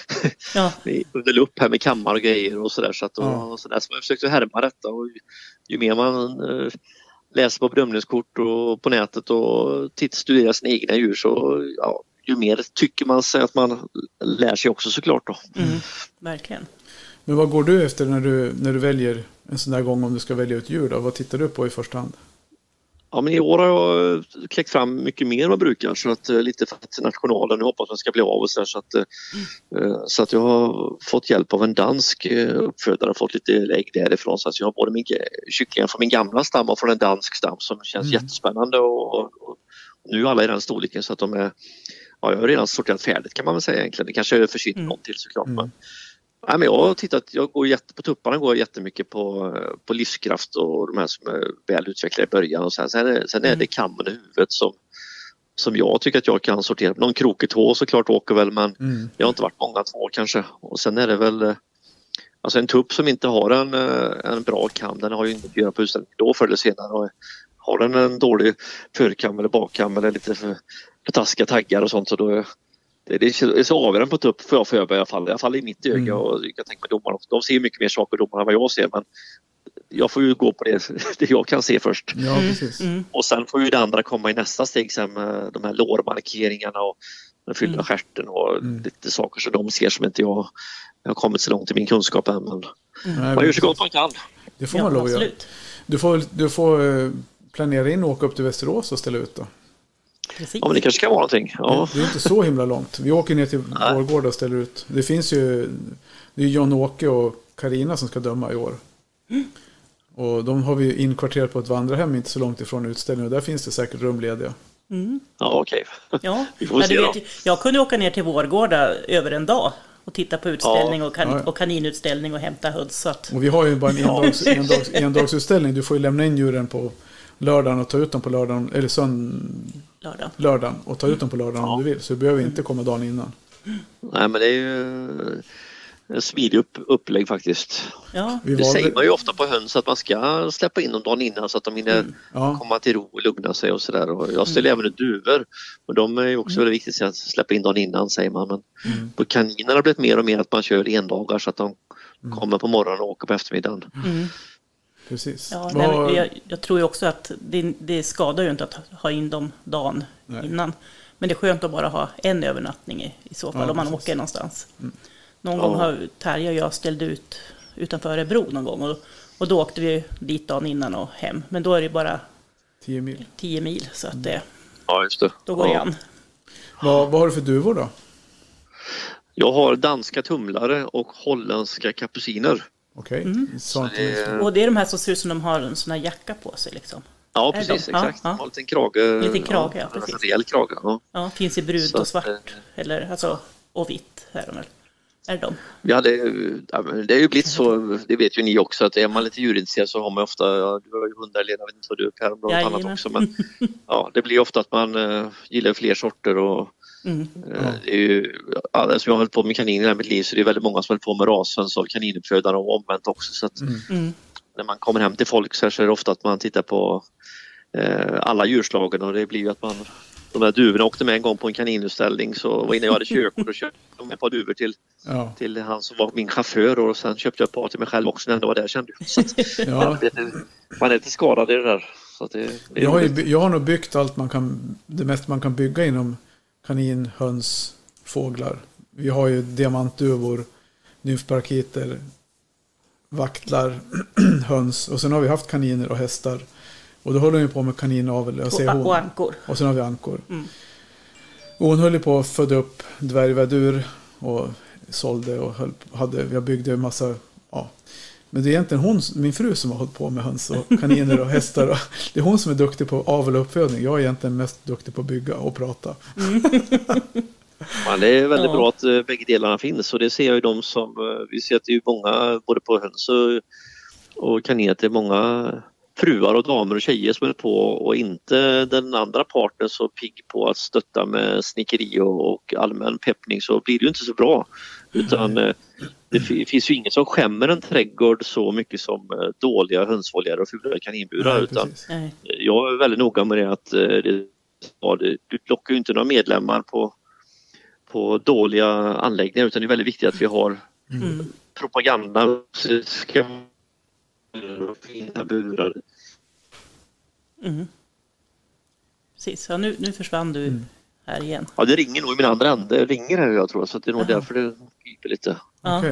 under lupp här med kammar och grejer och sådär. Så jag försökte härma detta, och ju mer man läser på bedömningskort och på nätet och studerar sina egna djur, så ju mer tycker man sig att man lär sig också såklart då. Verkligen. Men vad går du efter när du väljer en sån där gång, om du ska välja ett djur då? Vad tittar du på i första hand? Ja, men i år har jag kläckt fram mycket mer än vad jag brukar, så att lite för att nationalen, nu hoppas jag ska bli av och så att jag har fått hjälp av en dansk uppfödare och fått lite ägg därifrån, så att jag har både kycklingar från min gamla stam och från en dansk stam som känns jättespännande, och nu är alla i den storleken, så att de är, jag har redan sorterat färdigt kan man väl säga egentligen. Det kanske försvinner någon till såklart, men jag har tittat, på tupparna går jag jättemycket på livskraft och de här som är väl utvecklade i början, och sen är det kammen i huvudet som jag tycker att jag kan sortera. Någon krokig tå såklart åker väl, men jag har inte varit många två kanske, och sen är det väl alltså en tupp som inte har en bra kam, den har ju inget att göra på utställningen då förr eller senare, och har den en dålig förkam eller bakkam eller lite för taskiga taggar och sånt, så då det är så avgörande på tupp för jag faller i mitt öga, och jag tänker med domarna, de ser mycket mer saker domarna än vad jag ser, men jag får ju gå på det jag kan se först. Ja, precis. Och sen får ju det andra komma i nästa steg sen med de här lårmarkeringarna och den fyllda stjärten och lite saker som de ser som inte jag har kommit så långt i min kunskap än, men man gör så gott man kan. Det får man lov att göra. Du får planera in och åka upp till Västerås och ställa ut då. Precis. Ja, men det kanske kan vara någonting. Ja. Det är inte så himla långt. Vi åker ner till Vårgårda och ställer ut. Det finns ju, det är John-Åke och Karina som ska döma i år. Och de har vi inkvarterat på ett vandrarhem inte så långt ifrån utställningen, och där finns det säkert rum lediga. Ja, okej. Ja, vi får se då. Jag kunde åka ner till Vårgårda över en dag och titta på utställning och kaninutställning och hämta höns. Och vi har ju bara en endagsutställning. Du får ju lämna in djuren på lördagen och ta ut dem på lördagen, eller lördagen och ta ut dem på lördagen om du vill. Så du behöver inte komma dagen innan. Nej, men det är ju en smidig upplägg faktiskt. Ja. Det säger man ju ofta på höns, att man ska släppa in dem dagen innan så att de hinner komma till ro och lugna sig och sådär. Och jag ställer även duvor, och de är ju också väldigt viktigt att släppa in dagen innan, säger man. Men på kaninerna har det blivit mer och mer att man kör endagar så att de kommer på morgonen och åker på eftermiddagen. Precis. Ja, jag tror ju också att det skadar ju inte att ha in dem dagen innan. Men det är skönt att bara ha en övernattning i så fall, om man åker någonstans. Någon gång har Terje och jag ställt ut utanför Örebro någon gång, och Och då åkte vi dit dagen innan och hem. Men då är det bara 10 mil så att det, ja, just det. Då går det an. Vad har du för duvor då? Jag har danska tumlare och holländska kapuciner. Okej. Och det är de här som ser ut som de har en sån här jacka på sig liksom. Ja, precis. Exakt. Ja. En liten krage. Liten krage, ja, precis. En rejäl krage. Ja. Ja, finns i brud och svart. Eller, alltså, och vitt. Är de? Ja, det är ju blivit så, det vet ju ni också, att är man lite djurintresserad så har man ofta, du har ju hundar, Lena, jag vet inte vad du är, Per, och något annat också, men ja, det blir ofta att man gillar fler sorter och det är ju, som jag har hållit på med kaniner i mitt liv, så det är väldigt många som håller på med rashöns och kaninuppfödare och omvänt också, så att när man kommer hem till folk så är det ofta att man tittar på alla djurslagen, och det blir ju att man, de där duvorna åkte med en gång på en kaninutställning, så var innan jag hade körkort och köpte ett par duvor till han som var min chaufför, och sen köpte jag ett par till mig själv också när jag var där, kände jag. Så att, man är lite skadad i det där. Så att jag har nog byggt allt det mesta man kan bygga inom kanin, höns, fåglar. Vi har ju diamantduvor, nymfparakiter, vaktlar, höns, och sen har vi haft kaniner och hästar. Och då håller vi på med kaninavel och ankor. Och sen har vi ankor. Och hon höll på att föda upp dvärgvädur och sålde och jag byggde en massa, Men det är egentligen min fru som har hållit på med höns och kaniner och hästar. Det är hon som är duktig på avel och uppfödning. Jag är egentligen mest duktig på att bygga och prata. Ja, det är väldigt bra att bägge delarna finns, och det ser jag ju de som, vi ser att det är många, både på höns och kaniner, det är många fruar och damer och tjejer som är på, och inte den andra parten så pigg på att stötta med snickeri och allmän peppning, så blir det ju inte så bra. Utan det finns ju inget som skämmer en trädgård så mycket som dåliga hönsfålgar och fula kaninburar. Utan jag är väldigt noga med det, att du lockar ju inte några medlemmar på dåliga anläggningar, utan det är väldigt viktigt att vi har propaganda och fina burar. Precis, ja, nu försvann du här igen. Ja, det ringer nog i min andra ände. Det ringer här, jag tror, så att det är nog därför det piper lite. Okej.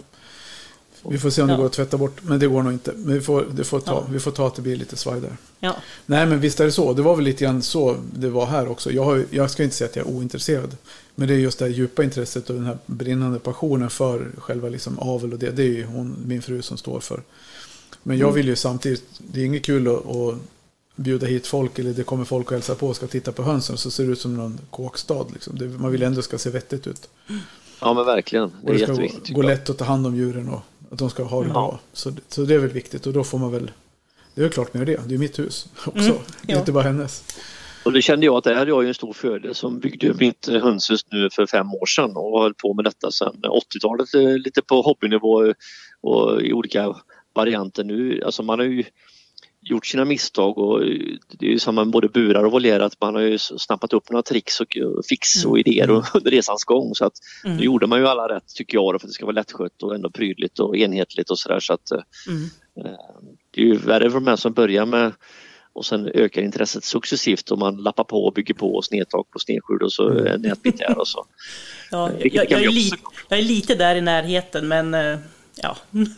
Vi får se om det går att tvätta bort, men det går nog inte. Men vi får ta att det blir lite svaj där. Ja. Nej, men visst är det så. Det var väl lite grann så det var här också. Jag ska inte säga att jag är ointresserad, men det är just det här djupa intresset och den här brinnande passionen för själva liksom avel, och det är ju min fru som står för. Men jag vill ju samtidigt, det är inget kul att bjuda hit folk, eller det kommer folk och hälsa på och ska titta på hönsen, så ser det ut som någon kåkstad liksom. Man vill ändå ska se vettigt ut. Ja, men verkligen. Det är jätteviktigt. Det ska gå lätt att ta hand om djuren och att de ska ha det bra. Så det är väl viktigt, och då får man väl, det är väl klart med det. Det är mitt hus också, det är inte bara hennes. Och det kände jag att det här är ju en stor fördel som byggde mitt hönshus nu för 5 år sedan, och höll på med detta sedan 80-talet, lite på hobbynivå och i olika varianter nu. Alltså man har ju gjort sina misstag, och det är ju som man både burar och volerar, att man har ju snappat upp några tricks och fix och idéer under resans gång, så att nu gjorde man ju alla rätt, tycker jag, för att det ska vara lättskött och ändå prydligt och enhetligt och sådär, så att det är ju värre för de här som börjar med, och sen ökar intresset successivt, och man lappar på och bygger på, och snedtak på snedskjul och så nätbit där och så. Ja, jag är lite där i närheten, men ja.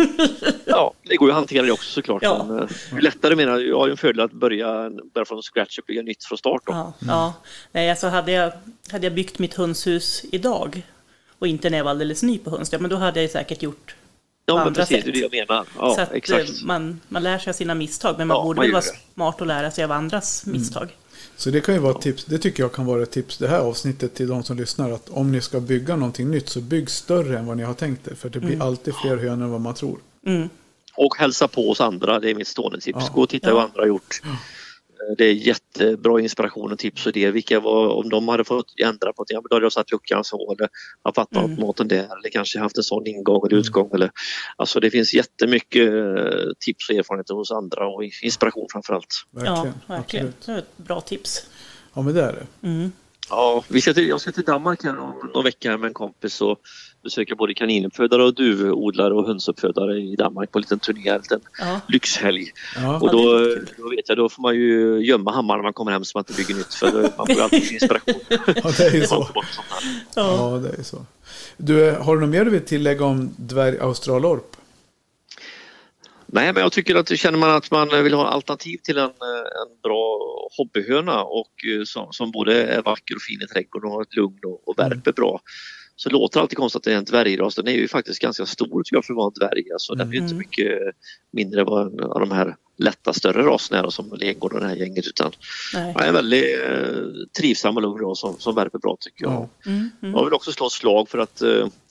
Ja, det går ju att hantera det också såklart. Ja. Men, det är lättare, menar jag har ju en fördel att börja från scratch och bygga nytt från start då. Ja. Nej, alltså hade jag byggt mitt hönshus idag och inte när jag var alldeles ny på höns, men då hade jag säkert gjort men precis, det är det jag menar. Ja, så att, exakt. Man lär sig av sina misstag, men man borde väl vara smart och lära sig av andras misstag. Så det kan ju vara ett tips, det tycker jag kan vara ett tips det här avsnittet till de som lyssnar, att om ni ska bygga någonting nytt, så bygg större än vad ni har tänkt er, för det blir alltid fler hönor än vad man tror. Och hälsa på oss andra, det är mitt stående tips. Gå och titta vad andra har gjort. Det är jättebra inspiration och tips och det. Om de hade fått ändra på det, då hade jag satt luckan så, eller har fattat maten där, eller kanske haft en sån ingång eller utgång. Eller, alltså det finns jättemycket tips och erfarenheter hos andra, och inspiration framförallt. Verkligen. Ja, verkligen. Det är ett bra tips. Ja, men det är det. Ja, jag ska till Danmark här om några veckor med en kompis och besöka både kaninuppfödare och duvodlare och hönsuppfödare i Danmark på en liten turné, en liten lyxhelg. Ja. Och då vet jag, då får man ju gömma hammaren när man kommer hem så man inte bygger nytt, för man får alltid sin inspiration. Ja, det är ju så. Ja, det är så. Du, har du något mer du vill tillägga om dvärg australorp? Nej, men jag tycker att känner man att man vill ha alternativ till en bra hobbyhöna och som både är vacker och fin i trädgården och har ett lugn och värper bra. Så det låter alltid konstigt att det är en dvärgras. Den är ju faktiskt ganska stor för att vara en dvärg. Alltså, den är inte mycket mindre än vad av de här lätta större raserna är som Legård och det här gänget. Utan är en väldigt trivsam och lugn ras som värper bra tycker jag. Jag vill också slå ett slag för att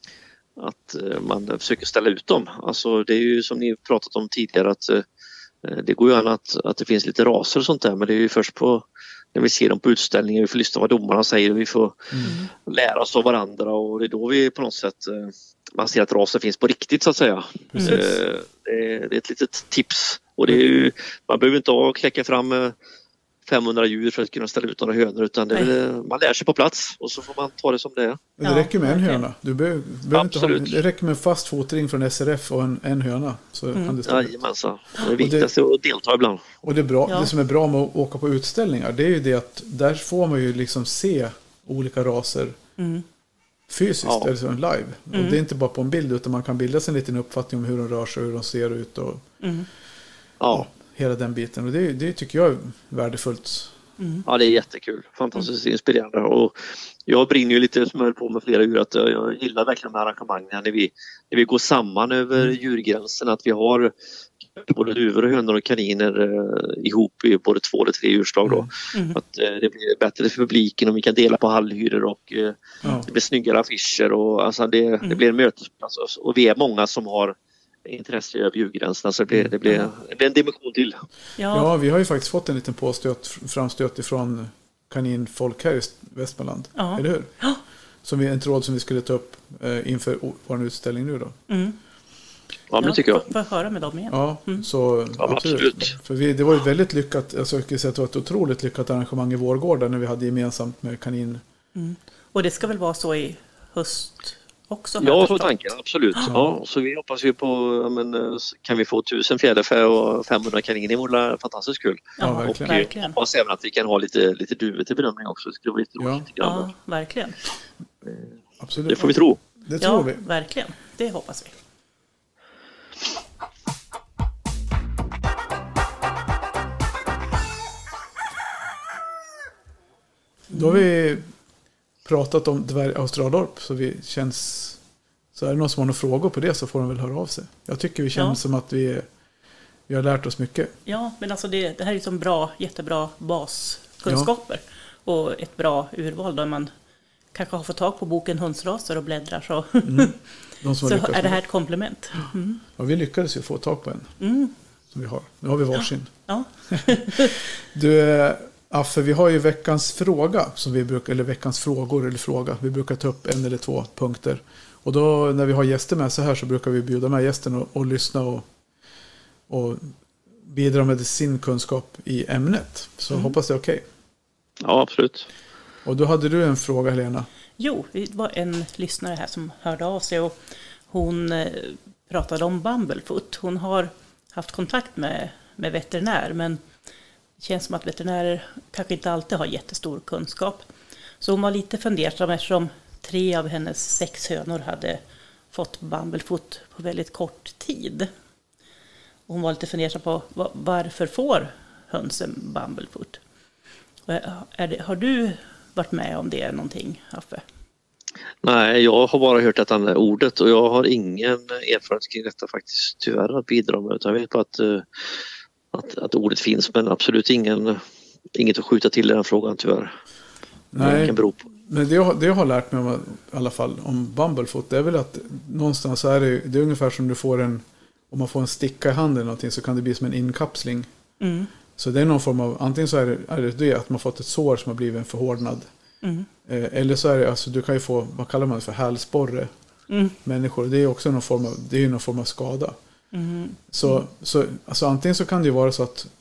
man försöker ställa ut dem. Alltså, det är ju som ni pratat om tidigare att det går ju an att det finns lite raser och sånt där, men det är ju först när vi ser dem på utställningar, vi får lyssna vad domarna säger och vi får lära oss av varandra och det är då vi på något sätt man ser att raser finns på riktigt så att säga. Det är ett litet tips och det är ju, man behöver inte kläcka fram 500 djur för att kunna ställa ut några hönor utan man lär sig på plats och så får man ta det som det är. Det räcker med en höna. Du behöver inte det räcker med en fast fotring från SRF och en höna. Så kan det ställa ut. Det är viktigast att delta ibland. Och det är bra, det som är bra med att åka på utställningar det är ju det att där får man ju liksom se olika raser fysiskt eller så live. Och det är inte bara på en bild utan man kan bilda sig en liten uppfattning om hur de rör sig, hur de ser ut och hela den biten. Och det tycker jag är värdefullt. Ja, det är jättekul. Fantastiskt inspirerande. Och jag brinner ju lite som jag höll på med flera djur att jag gillar verkligen de här arrangemangen när vi går samman över djurgränsen. Att vi har både duvor och hönor och kaniner ihop i både 2 eller 3 djurslag då. Att det blir bättre för publiken och vi kan dela på halvhyror och det blir snyggare affischer och alltså det blir en mötesplats. Och vi är många som har intresse över djurgränserna så det blir en dimension till. Ja, vi har ju faktiskt fått en liten framstöt ifrån kaninfolk här i Västmanland. Eller hur? Ja. Som en tråd som vi skulle ta upp inför vår utställning nu då. Ja, men tycker jag. Får höra med dem igen. Ja, så absolut. För det var ju väldigt lyckat, alltså jag skulle säga att det var ett otroligt lyckat arrangemang i Vårgården när vi hade gemensamt med kanin. Och det ska väl vara så i höst också? Ja, så tanken, absolut. Ja, så vi hoppas ju på, kan vi få 1000 fjäderfä och 500 kaniner vore fantastiskt kul. Ja, verkligen. Och hoppas även att vi kan ha lite duvor till bedömning också. Det skulle vara lite roligt. Ja, verkligen. Absolut. Det får vi tro. Det tror vi. Verkligen. Det hoppas vi. Då har vi pratat om dvärg australorp så är det någon som har några frågor på det så får de väl höra av sig. Jag tycker vi känns som att vi har lärt oss mycket. Ja, men alltså det här är som jättebra baskunskaper och ett bra urval där man kanske har fått tag på boken Hundsraser och bläddrar så, så är det här ett komplement. Ja, vi lyckades ju få tag på en som vi har. Nu har vi varsin. Ja. Du Affe, vi har ju veckans fråga som vi brukar, eller veckans frågor eller fråga. Vi brukar ta upp 1 eller 2 punkter. Och då när vi har gäster med så här så brukar vi bjuda med gästen och lyssna och bidra med sin kunskap i ämnet. Så hoppas det är okej. Ja, absolut. Och då hade du en fråga, Helena. Jo, det var en lyssnare här som hörde av sig och hon pratade om Bumblefoot. Hon har haft kontakt med veterinär men det känns som att veterinärer kanske inte alltid har jättestor kunskap. Så hon var lite fundersam eftersom 3 av hennes 6 hönor hade fått Bumblefoot på väldigt kort tid. Och hon var lite fundersam på varför får hönsen Bumblefoot? Har du varit med om det någonting, Affe? Nej, jag har bara hört detta ordet och jag har ingen erfarenhet kring detta faktiskt tyvärr att bidra med. Jag vet bara att ordet finns men absolut inget att skjuta till i den frågan tyvärr. Nej, men det jag har lärt mig om, i alla fall om Bumblefoot det är väl att någonstans så är det är ungefär som du får om man får en sticka i handen eller någonting så kan det bli som en inkapsling. Så det är någon form av, antingen så är det att man fått ett sår som har blivit en förhårdnad. Eller så är det, alltså du kan ju få, vad kallar man det för, hälsporre. Människor, det är också någon form av skada. Så alltså antingen så kan det ju vara så att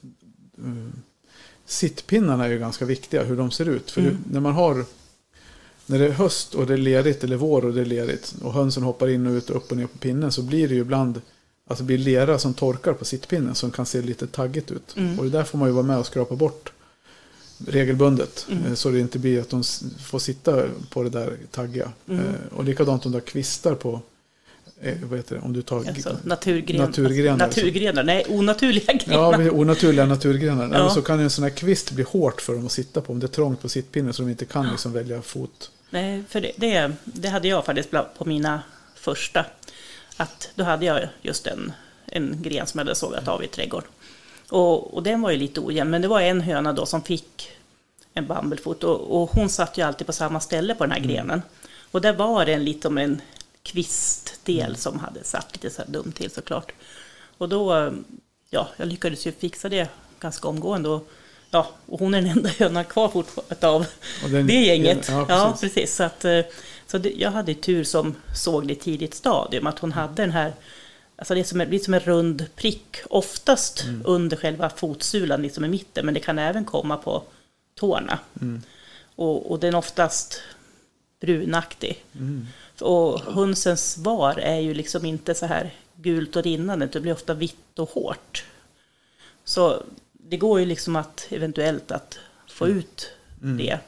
sittpinnarna är ju ganska viktiga, hur de ser ut. För när det är höst och det är ledigt eller vår och det är ledigt och hönsen hoppar in och ut och upp och ner på pinnen så blir det ju ibland alltså blir lera som torkar på sittpinnen som kan se lite taggigt ut. Och det där får man ju vara med och skrapa bort regelbundet så det inte blir att de får sitta på det där taggiga. Och likadant de där kvistar på vad heter det? Om du tar naturgrenar. Nej, onaturliga grenar. Ja, onaturliga naturgrenar. Ja. Så kan ju en sån här kvist bli hårt för dem att sitta på. Om det är trångt på sittpinnen så de inte kan liksom välja fot. Nej, för det hade jag faktiskt på mina första. Att då hade jag just en gren som jag hade sågat av i trädgården. Och den var ju lite ojämn. Men det var en höna då som fick en bambelfot. Och hon satt ju alltid på samma ställe på den här grenen. Och där var det en kvistdel som hade satt lite så här dumt till såklart. Och då, jag lyckades ju fixa det ganska omgående. Och hon är den enda hönan kvar fortfarande av det gänget. Ja, precis. Så jag hade tur som såg det i tidigt stadium. Att hon hade den här, alltså det är lite som en rund prick. Oftast under själva fotsulan, liksom i mitten. Men det kan även komma på tårna. Och den är oftast brunaktig. Och hönsens svar är ju liksom inte så här gult och rinnande. Det blir ofta vitt och hårt. Så det går ju liksom att eventuellt att få ut det.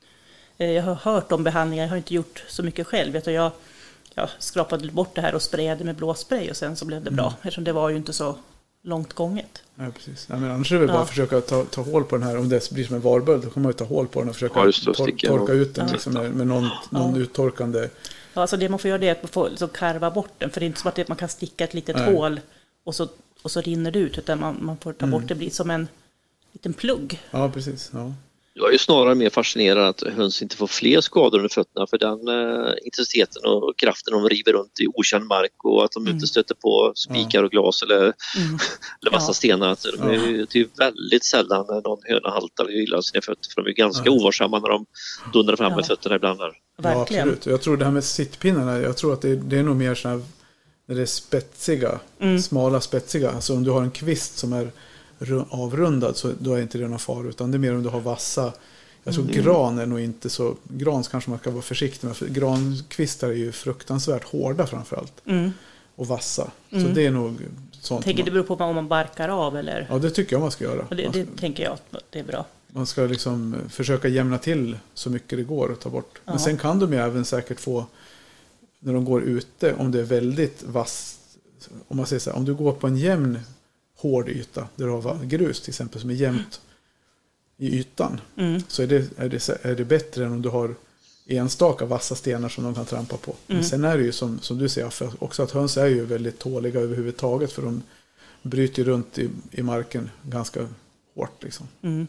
Jag har hört om behandlingar, jag har inte gjort så mycket själv. Jag skrapade bort det här och sprayade med blåspray och sen så blev det bra. Eftersom det var ju inte så långt gånget. Ja, precis. Ja, men annars är det bara att försöka ta hål på den här. Om det blir som en varböld, då kan man ju ta hål på den och försöka torka ut den liksom, med någon uttorkande. Ja, alltså det man får göra det är att man får så karva bort den. För det är inte som att man kan sticka ett litet hål och så rinner det ut. Utan man får ta bort det, blir som en liten plugg. Ja, precis. Ja. Jag är ju snarare mer fascinerad att höns inte får fler skador under fötterna, för den intensiteten och kraften de river runt i okänd mark och att de inte stöter på spikar och glas eller vassa stenar. Det är ju väldigt sällan när någon höna haltar och gillar sina fötter, för de är ganska ovarsamma när de dundrar fram med fötterna ibland. Ja, absolut. Jag tror det här med sittpinnarna, jag tror att det är nog mer sådana här, när det är spetsiga, smala spetsiga. Alltså om du har en kvist som är avrundad, så då är inte det någon fara, utan det är mer om du har vassa. Jag tror gran är nog inte så, gran kanske man ska vara försiktig med, för grankvistar är ju fruktansvärt hårda framförallt och vassa, så det är nog sånt. Tänker det beror på om man barkar av eller? Ja, det tycker jag man ska göra. Och det tänker jag att det är bra. Man ska liksom försöka jämna till så mycket det går och ta bort. Men sen kan de ju även säkert få, när de går ute, om det är väldigt vass, om man säger så här, om du går på en jämn hård yta där du har grus till exempel som är jämnt i ytan, så är det bättre än om du har enstaka vassa stenar som de kan trampa på. Men sen är det ju som du säger också, att höns är ju väldigt tåliga överhuvudtaget, för de bryter runt i marken ganska hårt liksom.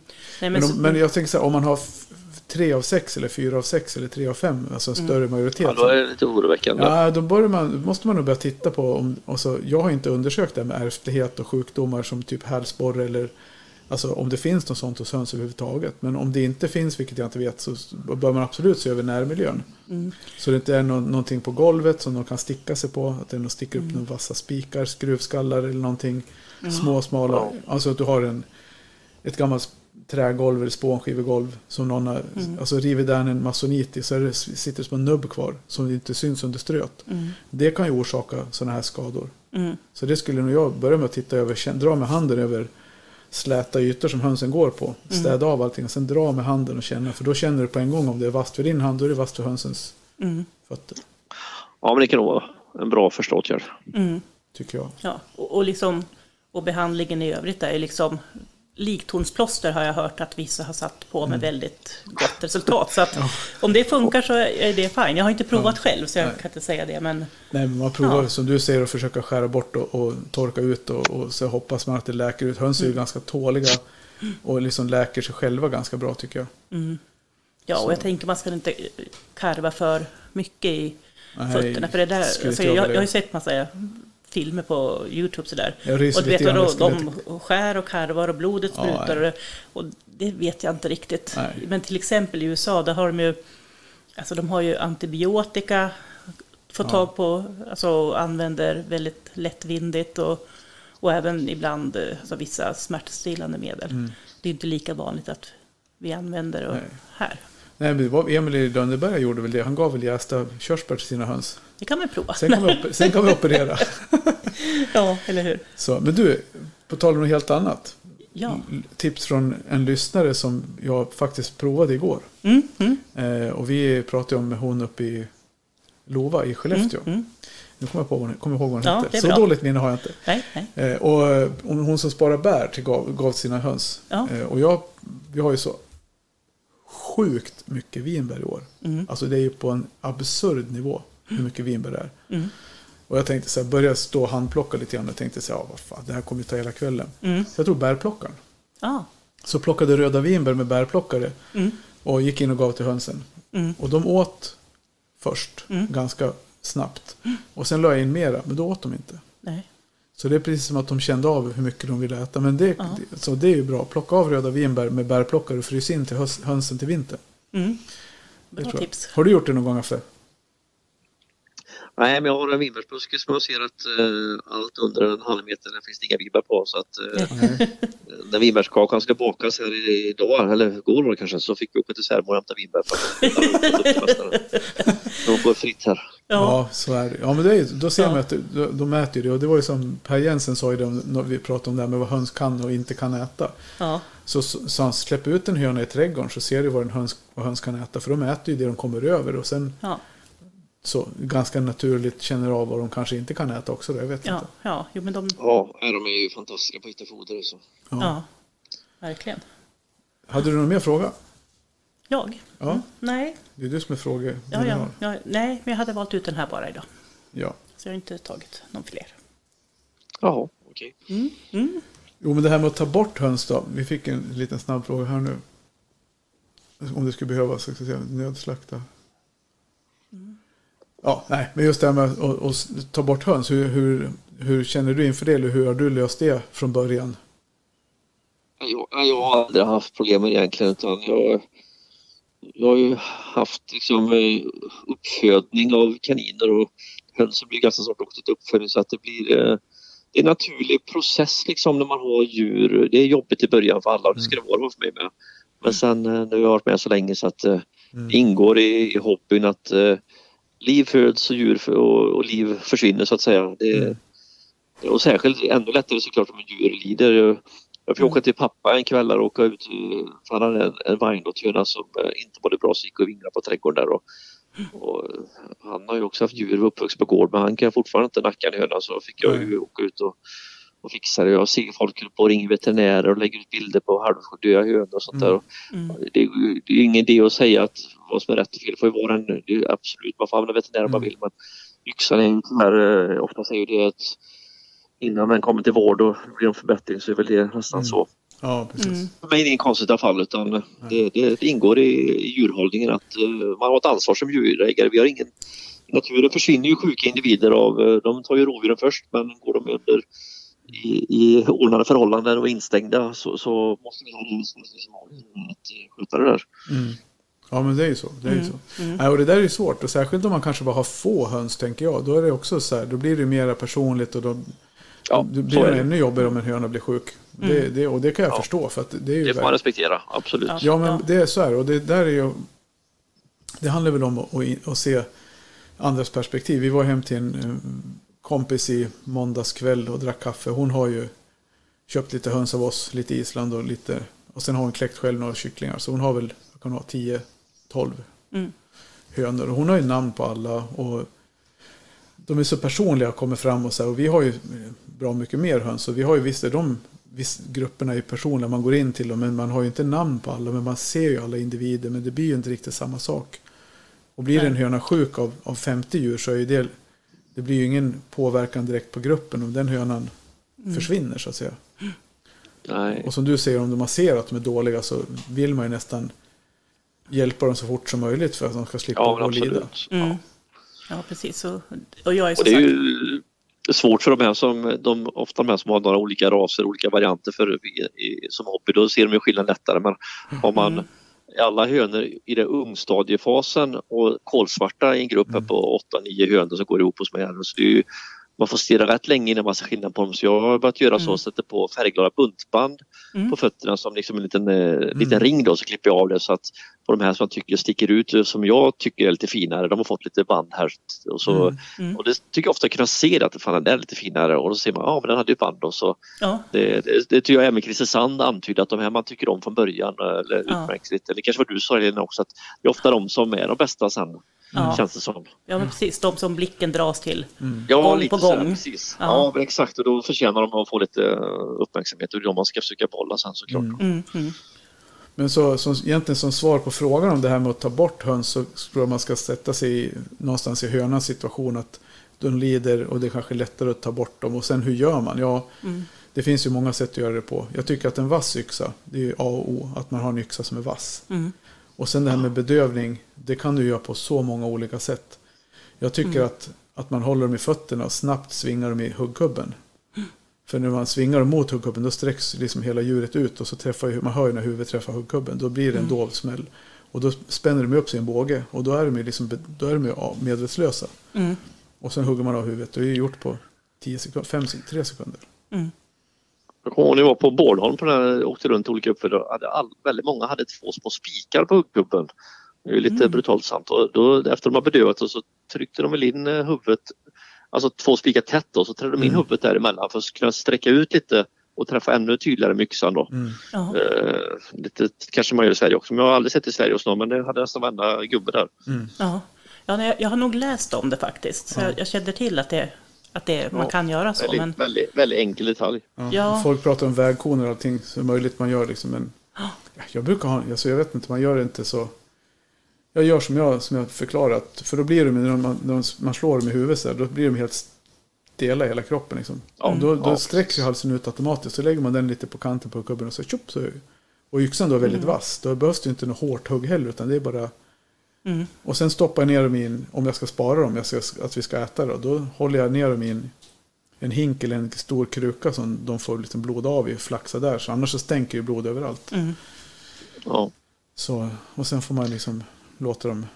Men jag tänker så här, om man har 3 av 6 eller 4 av 6 eller 3 av 5, alltså en större majoritet. Ja, då är det lite oroväckande. Ja, då måste man nog börja titta på jag har inte undersökt det med ärftlighet och sjukdomar som typ hälsporre eller alltså om det finns något sånt hos höns överhuvudtaget. Men om det inte finns, vilket jag inte vet, så bör man absolut se över närmiljön. Så det inte är någonting på golvet som de kan sticka sig på, att det sticker upp några vassa spikar, skruvskallar eller någonting smala. Alltså att du har ett gammalt trägolv eller spånskivegolv som någon har alltså rivit där en masonit i, så det sitter som en nubb kvar som inte syns under ströt. Det kan ju orsaka sådana här skador. Så det skulle nog jag börja med att titta över, dra med handen över släta ytor som hönsen går på, städa av allting och sen dra med handen och känna, för då känner du på en gång om det är vasst för din hand, då är det vasst för hönsens fötter. Ja, men det kan nog vara en bra första åtgärd. Tycker jag. Ja, och behandlingen i övrigt är liksom liktornsplåster har jag hört att vissa har satt på med väldigt gott resultat. Så att om det funkar så är det fine. Jag har inte provat själv så jag kan inte säga det. Men man provar som du säger att försöka skära bort och torka ut och så hoppas man att det läker ut. Höns är ju ganska tåliga och liksom läker sig själva ganska bra tycker jag. Ja, och jag tänker man ska inte karva för mycket i fötterna. För det där, alltså, jag har ju sett massa filmer på YouTube sådär. Och du vet de skär och karvar och blodet sprutar och det vet jag inte riktigt. Nej. Men till exempel i USA där har de ju, alltså de har ju antibiotika fått tag på, alltså använder väldigt lättvindigt och även ibland alltså vissa smärtstillande medel. Det är inte lika vanligt att vi använder här. Nej, men vad Emil i Lönneberga gjorde väl det. Han gav väl jästa körsbär till sina höns. Det kan man prova. Sen kan vi operera. Ja, eller hur? Så, men du, på tal om något helt annat. Ja. Tips från en lyssnare som jag faktiskt provade igår. Och vi pratade om hon uppe i Lova i Skellefteå. Nu kommer jag ihåg vad hon hette. Så bra. dåligt minne har jag inte. Nej. Och hon som sparar bär gav sina höns. Ja. Och vi har ju så sjukt mycket vinbär i år. Alltså det är ju på en absurd nivå hur mycket vinbär det är. Och jag tänkte så här, börja stå och handplocka lite grann och tänkte så här, vad fan, det här kommer ju ta hela kvällen. Så jag tog bärplockaren. Så plockade röda vinbär med bärplockare och gick in och gav till hönsen. Och de åt först ganska snabbt. Och sen la jag in mera, men då åt de inte. Nej. Så det är precis som att de kände av hur mycket de ville äta. Men så det är ju bra. Plocka av röda vinbär med bärplockare och frys in till hönsen till vintern. Bra tips. Har du gjort det någon gång efter? Nej, men jag har en vinbärsbuske som jag ser att allt under en halv meter där finns det inga vinbär på. Så att när vinbärskakan ska bakas här idag, eller går det kanske, så fick vi åka till Svärmor och hämta vinbär. De får fritt här. Ja, så är det. Ja, men då ser man att de äter det. Och det var ju som Per Jensen sa när vi pratade om det här med vad höns kan och inte kan äta. Ja. Så han släpper ut en höna i trädgården så ser du vad höns kan äta. För de äter ju det de kommer över. Och sen så ganska naturligt känner av vad de kanske inte kan äta också. Jag vet inte. Ja, jo, men de är ju fantastiska på att hitta foder. Så. Ja, verkligen. Hade du någon mer fråga? Jag? Ja. Nej. Det är du som är fråga. Ja, nej, men jag hade valt ut den här bara idag. Ja. Så jag har inte tagit någon fler. Jaha, okej. Jo, men det här med att ta bort höns då. Vi fick en liten snabb fråga här nu. Om det skulle behövas, så ska jag säga, nödslakta. Ja, nej, men just det här med att ta bort höns. Hur känner du inför det? Eller hur har du löst det från början? Jag har aldrig haft problem med det egentligen, utan jag har ju haft liksom uppfödning av kaniner och hönsen blir ganska snart också ett uppfödning, så att det blir en naturlig process liksom när man har djur. Det är jobbigt i början för alla och det ska det vara för mig med. Men sen nu har jag varit med så länge så att det ingår i hobbyn att liv föds och djur och liv försvinner så att säga. Och särskilt ännu lättare såklart om en djur lider. Jag fick åka till pappa en kväll och åka ut för han hade en vagnlåthöna som inte mådde bra, så gick och vinglade på trädgården där. Och han har ju också haft djur uppvuxna på gård, men han kan fortfarande inte nacka en höna, så fick jag ju åka ut och fixa det. Jag ser folk på ringer veterinärer och lägger ut bilder på halvdöda hönor och sånt där. Det är ingen idé att säga att vad som är rätt och fel. Får ju vara det är absolut, man får använda veterinärer om man vill, men yxan är ju här, ofta säger det att innan den kommer till vård och blir en förbättring, så är väl det nästan så. Ja, precis. För mig är det ingen konstigt fall, utan det ingår i djurhållningen att man har ett ansvar som djurägare. Vi har ingen, i naturen försvinner ju sjuka individer de tar ju rovdjuren först, men går de under i ordnade förhållanden och instängda så måste vi ha en att skjuta det där. Ja, men det är ju så. Ja, och det där är ju svårt, och särskilt om man kanske bara har få höns, tänker jag. Då är det också så här, då blir det mera personligt och då blir det ännu jobbigare om en höna blir sjuk. Och det kan jag förstå, för att det är ju det får man respektera, absolut. Ja, men det är så här, och det där är ju, det handlar väl om att se andras perspektiv. Vi var hem till en kompis i måndags kväll och drack kaffe. Hon har ju köpt lite höns av oss, lite Island och sen har hon kläckt själv några kycklingar, så hon har väl 10-12 hönor. Och hon har ju namn på alla, och de är så personliga och kommer fram och så här, och vi har ju bra mycket mer höns, och vi har ju visst grupperna är personliga, man går in till dem, men man har ju inte namn på alla, men man ser ju alla individer, men det blir ju inte riktigt samma sak. Och blir en höna sjuk av 50 djur, så är ju det blir ju ingen påverkan direkt på gruppen om den hönan försvinner, så att säga. Nej. Och som du säger, om man ser att de är dåliga, så vill man ju nästan hjälpa dem så fort som möjligt för att de ska slippa gå och lida. Ja, precis. Och jag är och det är ju svårt för ofta de här som har några olika raser, olika varianter som hobby, då ser de ju skillnad lättare. Men har man alla hönor i den ungstadiefasen och kolsvarta i en grupp här på 8-9 hönor som går ihop hos mig, så det är ju, man får stirra rätt länge innan man ser skillnad på dem. Så jag har börjat göra så, sätter på färgglada buntband på fötterna som liksom en liten ring då, så klipper jag av det, så att på de här som jag tycker sticker ut, som jag tycker är lite finare, de har fått lite band här och så, och det tycker jag ofta kunna se att fan, den är lite finare, och då ser man, men den hade ju band, och så det tycker jag även Christer Sand antydde, att de här man tycker om från början eller utmärks lite, eller kanske vad du sa Helena också, att det är ofta de som är de bästa sen. känns det som. Ja, men precis. De som blicken dras till Ja, gång lite på så här, gång. precis. Ja, men exakt. Och då förtjänar de att få lite uppmärksamhet och det är de man ska försöka behålla sen såklart. Men egentligen som svar på frågan om det här med att ta bort höns, så tror jag man ska sätta sig någonstans i hönans situation, att de lider och det är kanske lättare att ta bort dem. Och sen hur gör man? Ja, det finns ju många sätt att göra det på. Jag tycker att en vass yxa, det är ju A och O, att man har en yxa som är vass. Och sen det här med bedövning, det kan du göra på så många olika sätt. Jag tycker att man håller dem i fötterna och snabbt svingar dem i huggkubben. För när man svingar dem mot huggkubben, då sträcks liksom hela djuret ut och så man hör ju när huvudet träffar huggkubben. Då blir det en dov smäll. Och då spänner de upp sig i en båge och då är de medvetslösa. Och sen hugger man av huvudet. Det är ju gjort på 3 sekunder. Och ni var på Bornholm på den här, åkte runt olika uppfödare. Väldigt många hade 2 små spikar på huggkubben. Det är ju lite brutalt sant. Och då, efter de har bedövat så tryckte de väl in huvudet, alltså 2 spikar tätt, och så trädde de in huvudet däremellan för att kunna sträcka ut lite och träffa ännu tydligare med yxan då. Lite kanske man gör i Sverige också, men jag har aldrig sett i Sverige hos någon, men det hade nästan varenda gubbe där. Jag har nog läst om det faktiskt, så jag känner till att man kan göra så. Väldigt enkel detalj. Folk pratar om vägkoner och allting så möjligt man gör liksom, men jag brukar ha, alltså jag vet inte, man gör det inte så. Jag gör som jag förklarat, för då blir de, när man slår dem i huvudet så här, då blir de helt stela i hela kroppen liksom. Då sträcks ju halsen ut automatiskt, så lägger man den lite på kanten på kubben och så tjopp, så och yxan då är väldigt vass. Då behövs det inte något hårt hugg heller, utan det är bara och sen stoppar jag ner dem i om jag ska spara dem, att vi ska äta då håller jag ner dem i en hink eller en stor kruka som de får lite blod av i, flaxa där, så annars så stänker ju blod överallt. Så, och sen får man liksom låta dem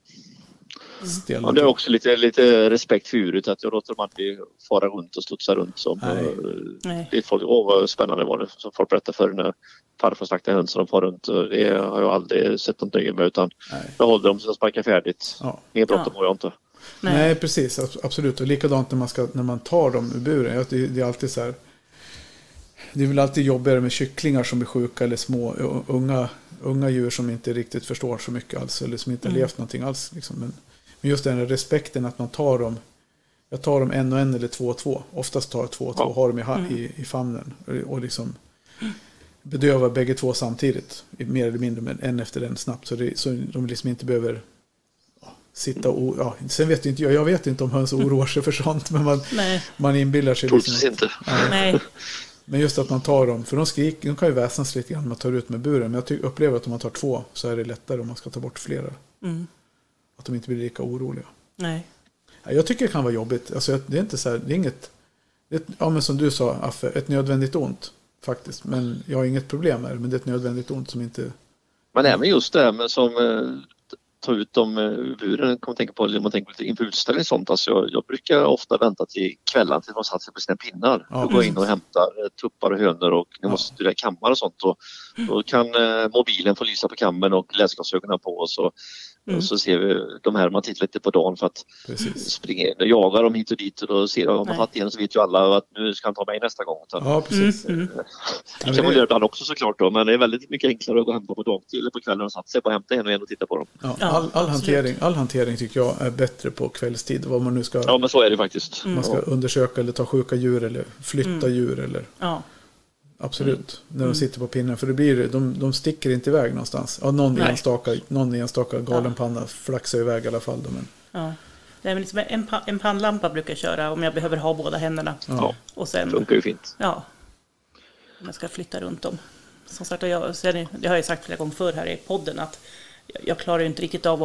stela. Ja, det är också lite respekt för djuret, att jag låter dem alltid fara runt och studsa runt som det folk, vad spännande var det som folk berättade för när farfar slaktade höns och de far runt. Det har jag aldrig sett något nöje med, utan jag håller dem så sparkar färdigt. Mer bråttom har jag inte. Nej, precis, absolut. Och likadant när man tar dem ur buren. Det är alltid så här. Det är väl alltid jobbigare med kycklingar som blir sjuka eller små unga djur som inte riktigt förstår så mycket alls, eller som inte har levt någonting alls liksom. Men just den här respekten att man tar dem, jag tar dem 1 och 1 eller 2 och 2, oftast tar jag 2 och 2 och har dem i famnen och liksom bedövar bägge 2 samtidigt, mer eller mindre, men en efter en snabbt, så de liksom inte behöver sitta och sen vet jag vet inte om höns oroar sig för sånt, men man inbillar sig liksom inte. Nej. Men just att man tar dem, för de kan ju väsnas lite grann när man tar ut med buren, men jag upplever att om man tar 2 så är det lättare om man ska ta bort flera. Att de inte blir lika oroliga. Nej. Jag tycker det kan vara jobbigt. Alltså, det är inte så här, det är inget, men som du sa, Affe, ett nödvändigt ont faktiskt. Men jag har inget problem med det, men det är ett nödvändigt ont som inte... Men även just det här med som ta ut dem ur buren, kan man tänka på, eller man tänker på inför utställning och sånt. Alltså jag brukar ofta vänta till kvällen till de satt sig på sina pinnar. Då går jag in och hämtar tuppar och hönor och jag måste styra kammar och sånt. Och då kan mobilen få lysa på kammen och läsglasögonen på oss. Och så ser vi de här, man tittar lite på dagen för att springa och jaga dem hit och dit, och då ser de, om man fatt igen så vet ju alla att nu ska han ta mig nästa gång. Ja, precis. Det kan man göra ibland också såklart då, men det är väldigt mycket enklare att gå hem på dagtid eller på kvällen och satt sig på hämta en och titta på dem. All hantering tycker jag är bättre på kvällstid, vad man nu ska... Ja, men så är det faktiskt. Man ska undersöka eller ta sjuka djur eller flytta djur eller... Absolut, när de sitter på pinnen. För det blir, de sticker inte iväg någonstans. Ja, någon enstaka galen panna flaxar iväg i alla fall. Det är liksom en pannlampa brukar jag köra om jag behöver ha båda händerna. Och sen, funkar ju fint. Ja, om jag ska flytta runt dem. Som sagt, det har jag sagt flera gånger förr här i podden, att jag klarar inte riktigt av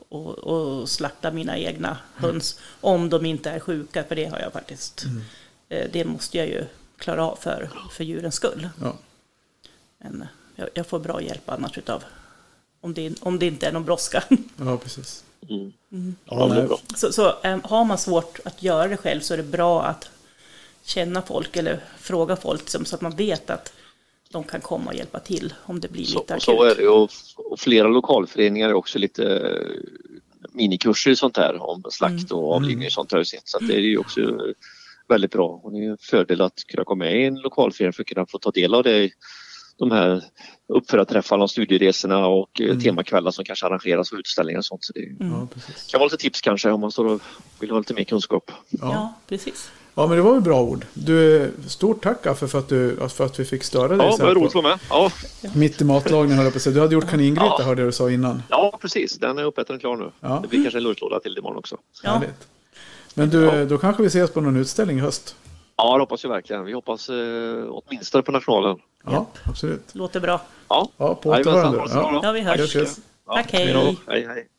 att slakta mina egna höns om de inte är sjuka. För det har jag faktiskt, det måste jag ju klara av för djurens skull. Men jag får bra hjälp annars utav om det inte är någon brådska. Ja, precis. Ja, det är bra. Så har man svårt att göra det själv så är det bra att känna folk eller fråga folk så att man vet att de kan komma och hjälpa till om det blir lite akut. Så är det, och flera lokalföreningar är också lite minikurser i sånt här om slakt och avlivning och sånt har jag sett. Så att det är ju också väldigt bra, och det är en fördel att kunna komma med i en lokalförening för att kunna få ta del av det de här uppförarträffarna och studieresorna och temakvällar som kanske arrangeras och utställningar och sånt. Så det kan vara lite tips kanske om man står och vill ha lite mer kunskap. Ja, precis. Ja, men det var ju bra ord. Du, stort tack för att vi fick störa dig. Ja, det var roligt att vara med. Ja. Mitt i matlagningen höll jag på att säga. Du hade gjort kaningryta, hörde jag du sa innan. Ja, precis. Den är uppäten och klar nu. Ja. Det blir kanske en lunchlåda till imorgon också. Ja. Härligt. Men du, då kanske vi ses på någon utställning i höst. Ja, det hoppas jag verkligen. Vi hoppas åtminstone på Nationalen. Ja, absolut. Låter bra. Ja, på återhörande. Ja, vi hörs. Tack, hej. Hej.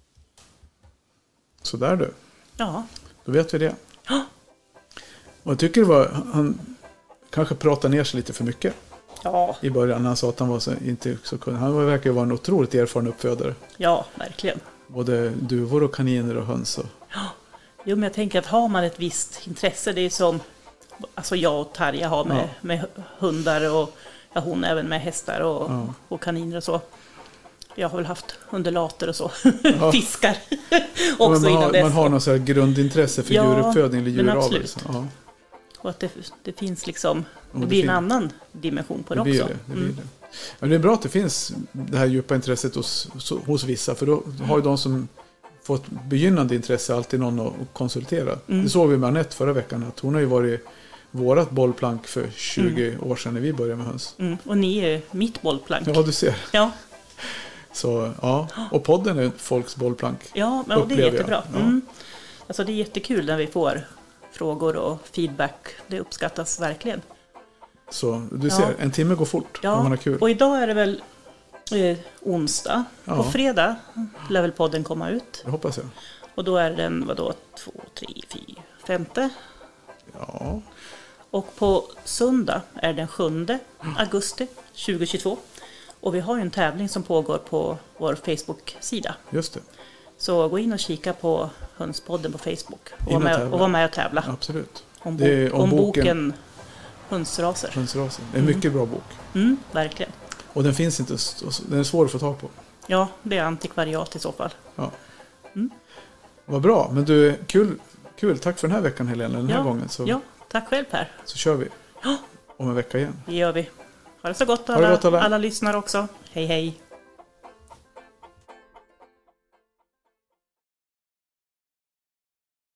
Sådär du. Ja. Då vet vi det. Och jag tycker han kanske pratade ner sig lite för mycket. Ja. I början när han sa att han var inte så kunnig. Han verkar vara en otroligt erfaren uppfödare. Ja, verkligen. Både duvor och kaniner och höns. Ja. Jo, men jag tänker att har man ett visst intresse, det är som alltså jag och Tarja har med hundar och hon även med hästar och kaniner och så. Jag har väl haft undulater och så. Fiskar också innan dess. Man har någon sån här grundintresse för djuruppfödning eller djuravel. Ja. Och att det finns liksom, det blir en annan dimension på det också. Det blir det. Men det är bra att det finns det här djupa intresset hos vissa. För då har ju de som fått begynnande intresse alltid någon att konsultera. Det såg vi med Annette förra veckan. Att hon har ju varit vårat bollplank för 20 år sedan när vi började med höns. Och ni är mitt bollplank. Ja, du ser. Ja. Så, ja. Och podden är folks bollplank. Ja, men det är jättebra. Alltså det är jättekul när vi får frågor och feedback. Det uppskattas verkligen. Så du ser, en timme går fort om man har kul. Och idag är det väl onsdag. På fredag lär väl podden komma ut. Det hoppas jag. Och då är den, 2, 3, 4, 5. Ja. Och på söndag är den 7 augusti 2022. Och vi har ju en tävling som pågår på vår Facebook-sida. Just det. Så gå in och kika på Hönspodden på Facebook. Och var med och tävla. Absolut. Om boken Hönsraser. Hönsraser. Det är en mycket bra bok. Verkligen. Och den finns inte, den är svår att få tag på. Ja, det är antikvariat i så fall. Ja. Vad bra. Men du, kul. Tack för den här veckan, Helena. Den här gången. Så, ja, tack själv Per. Så kör vi om en vecka igen. Det gör vi. Ha det så gott alla lyssnare också. Hej hej.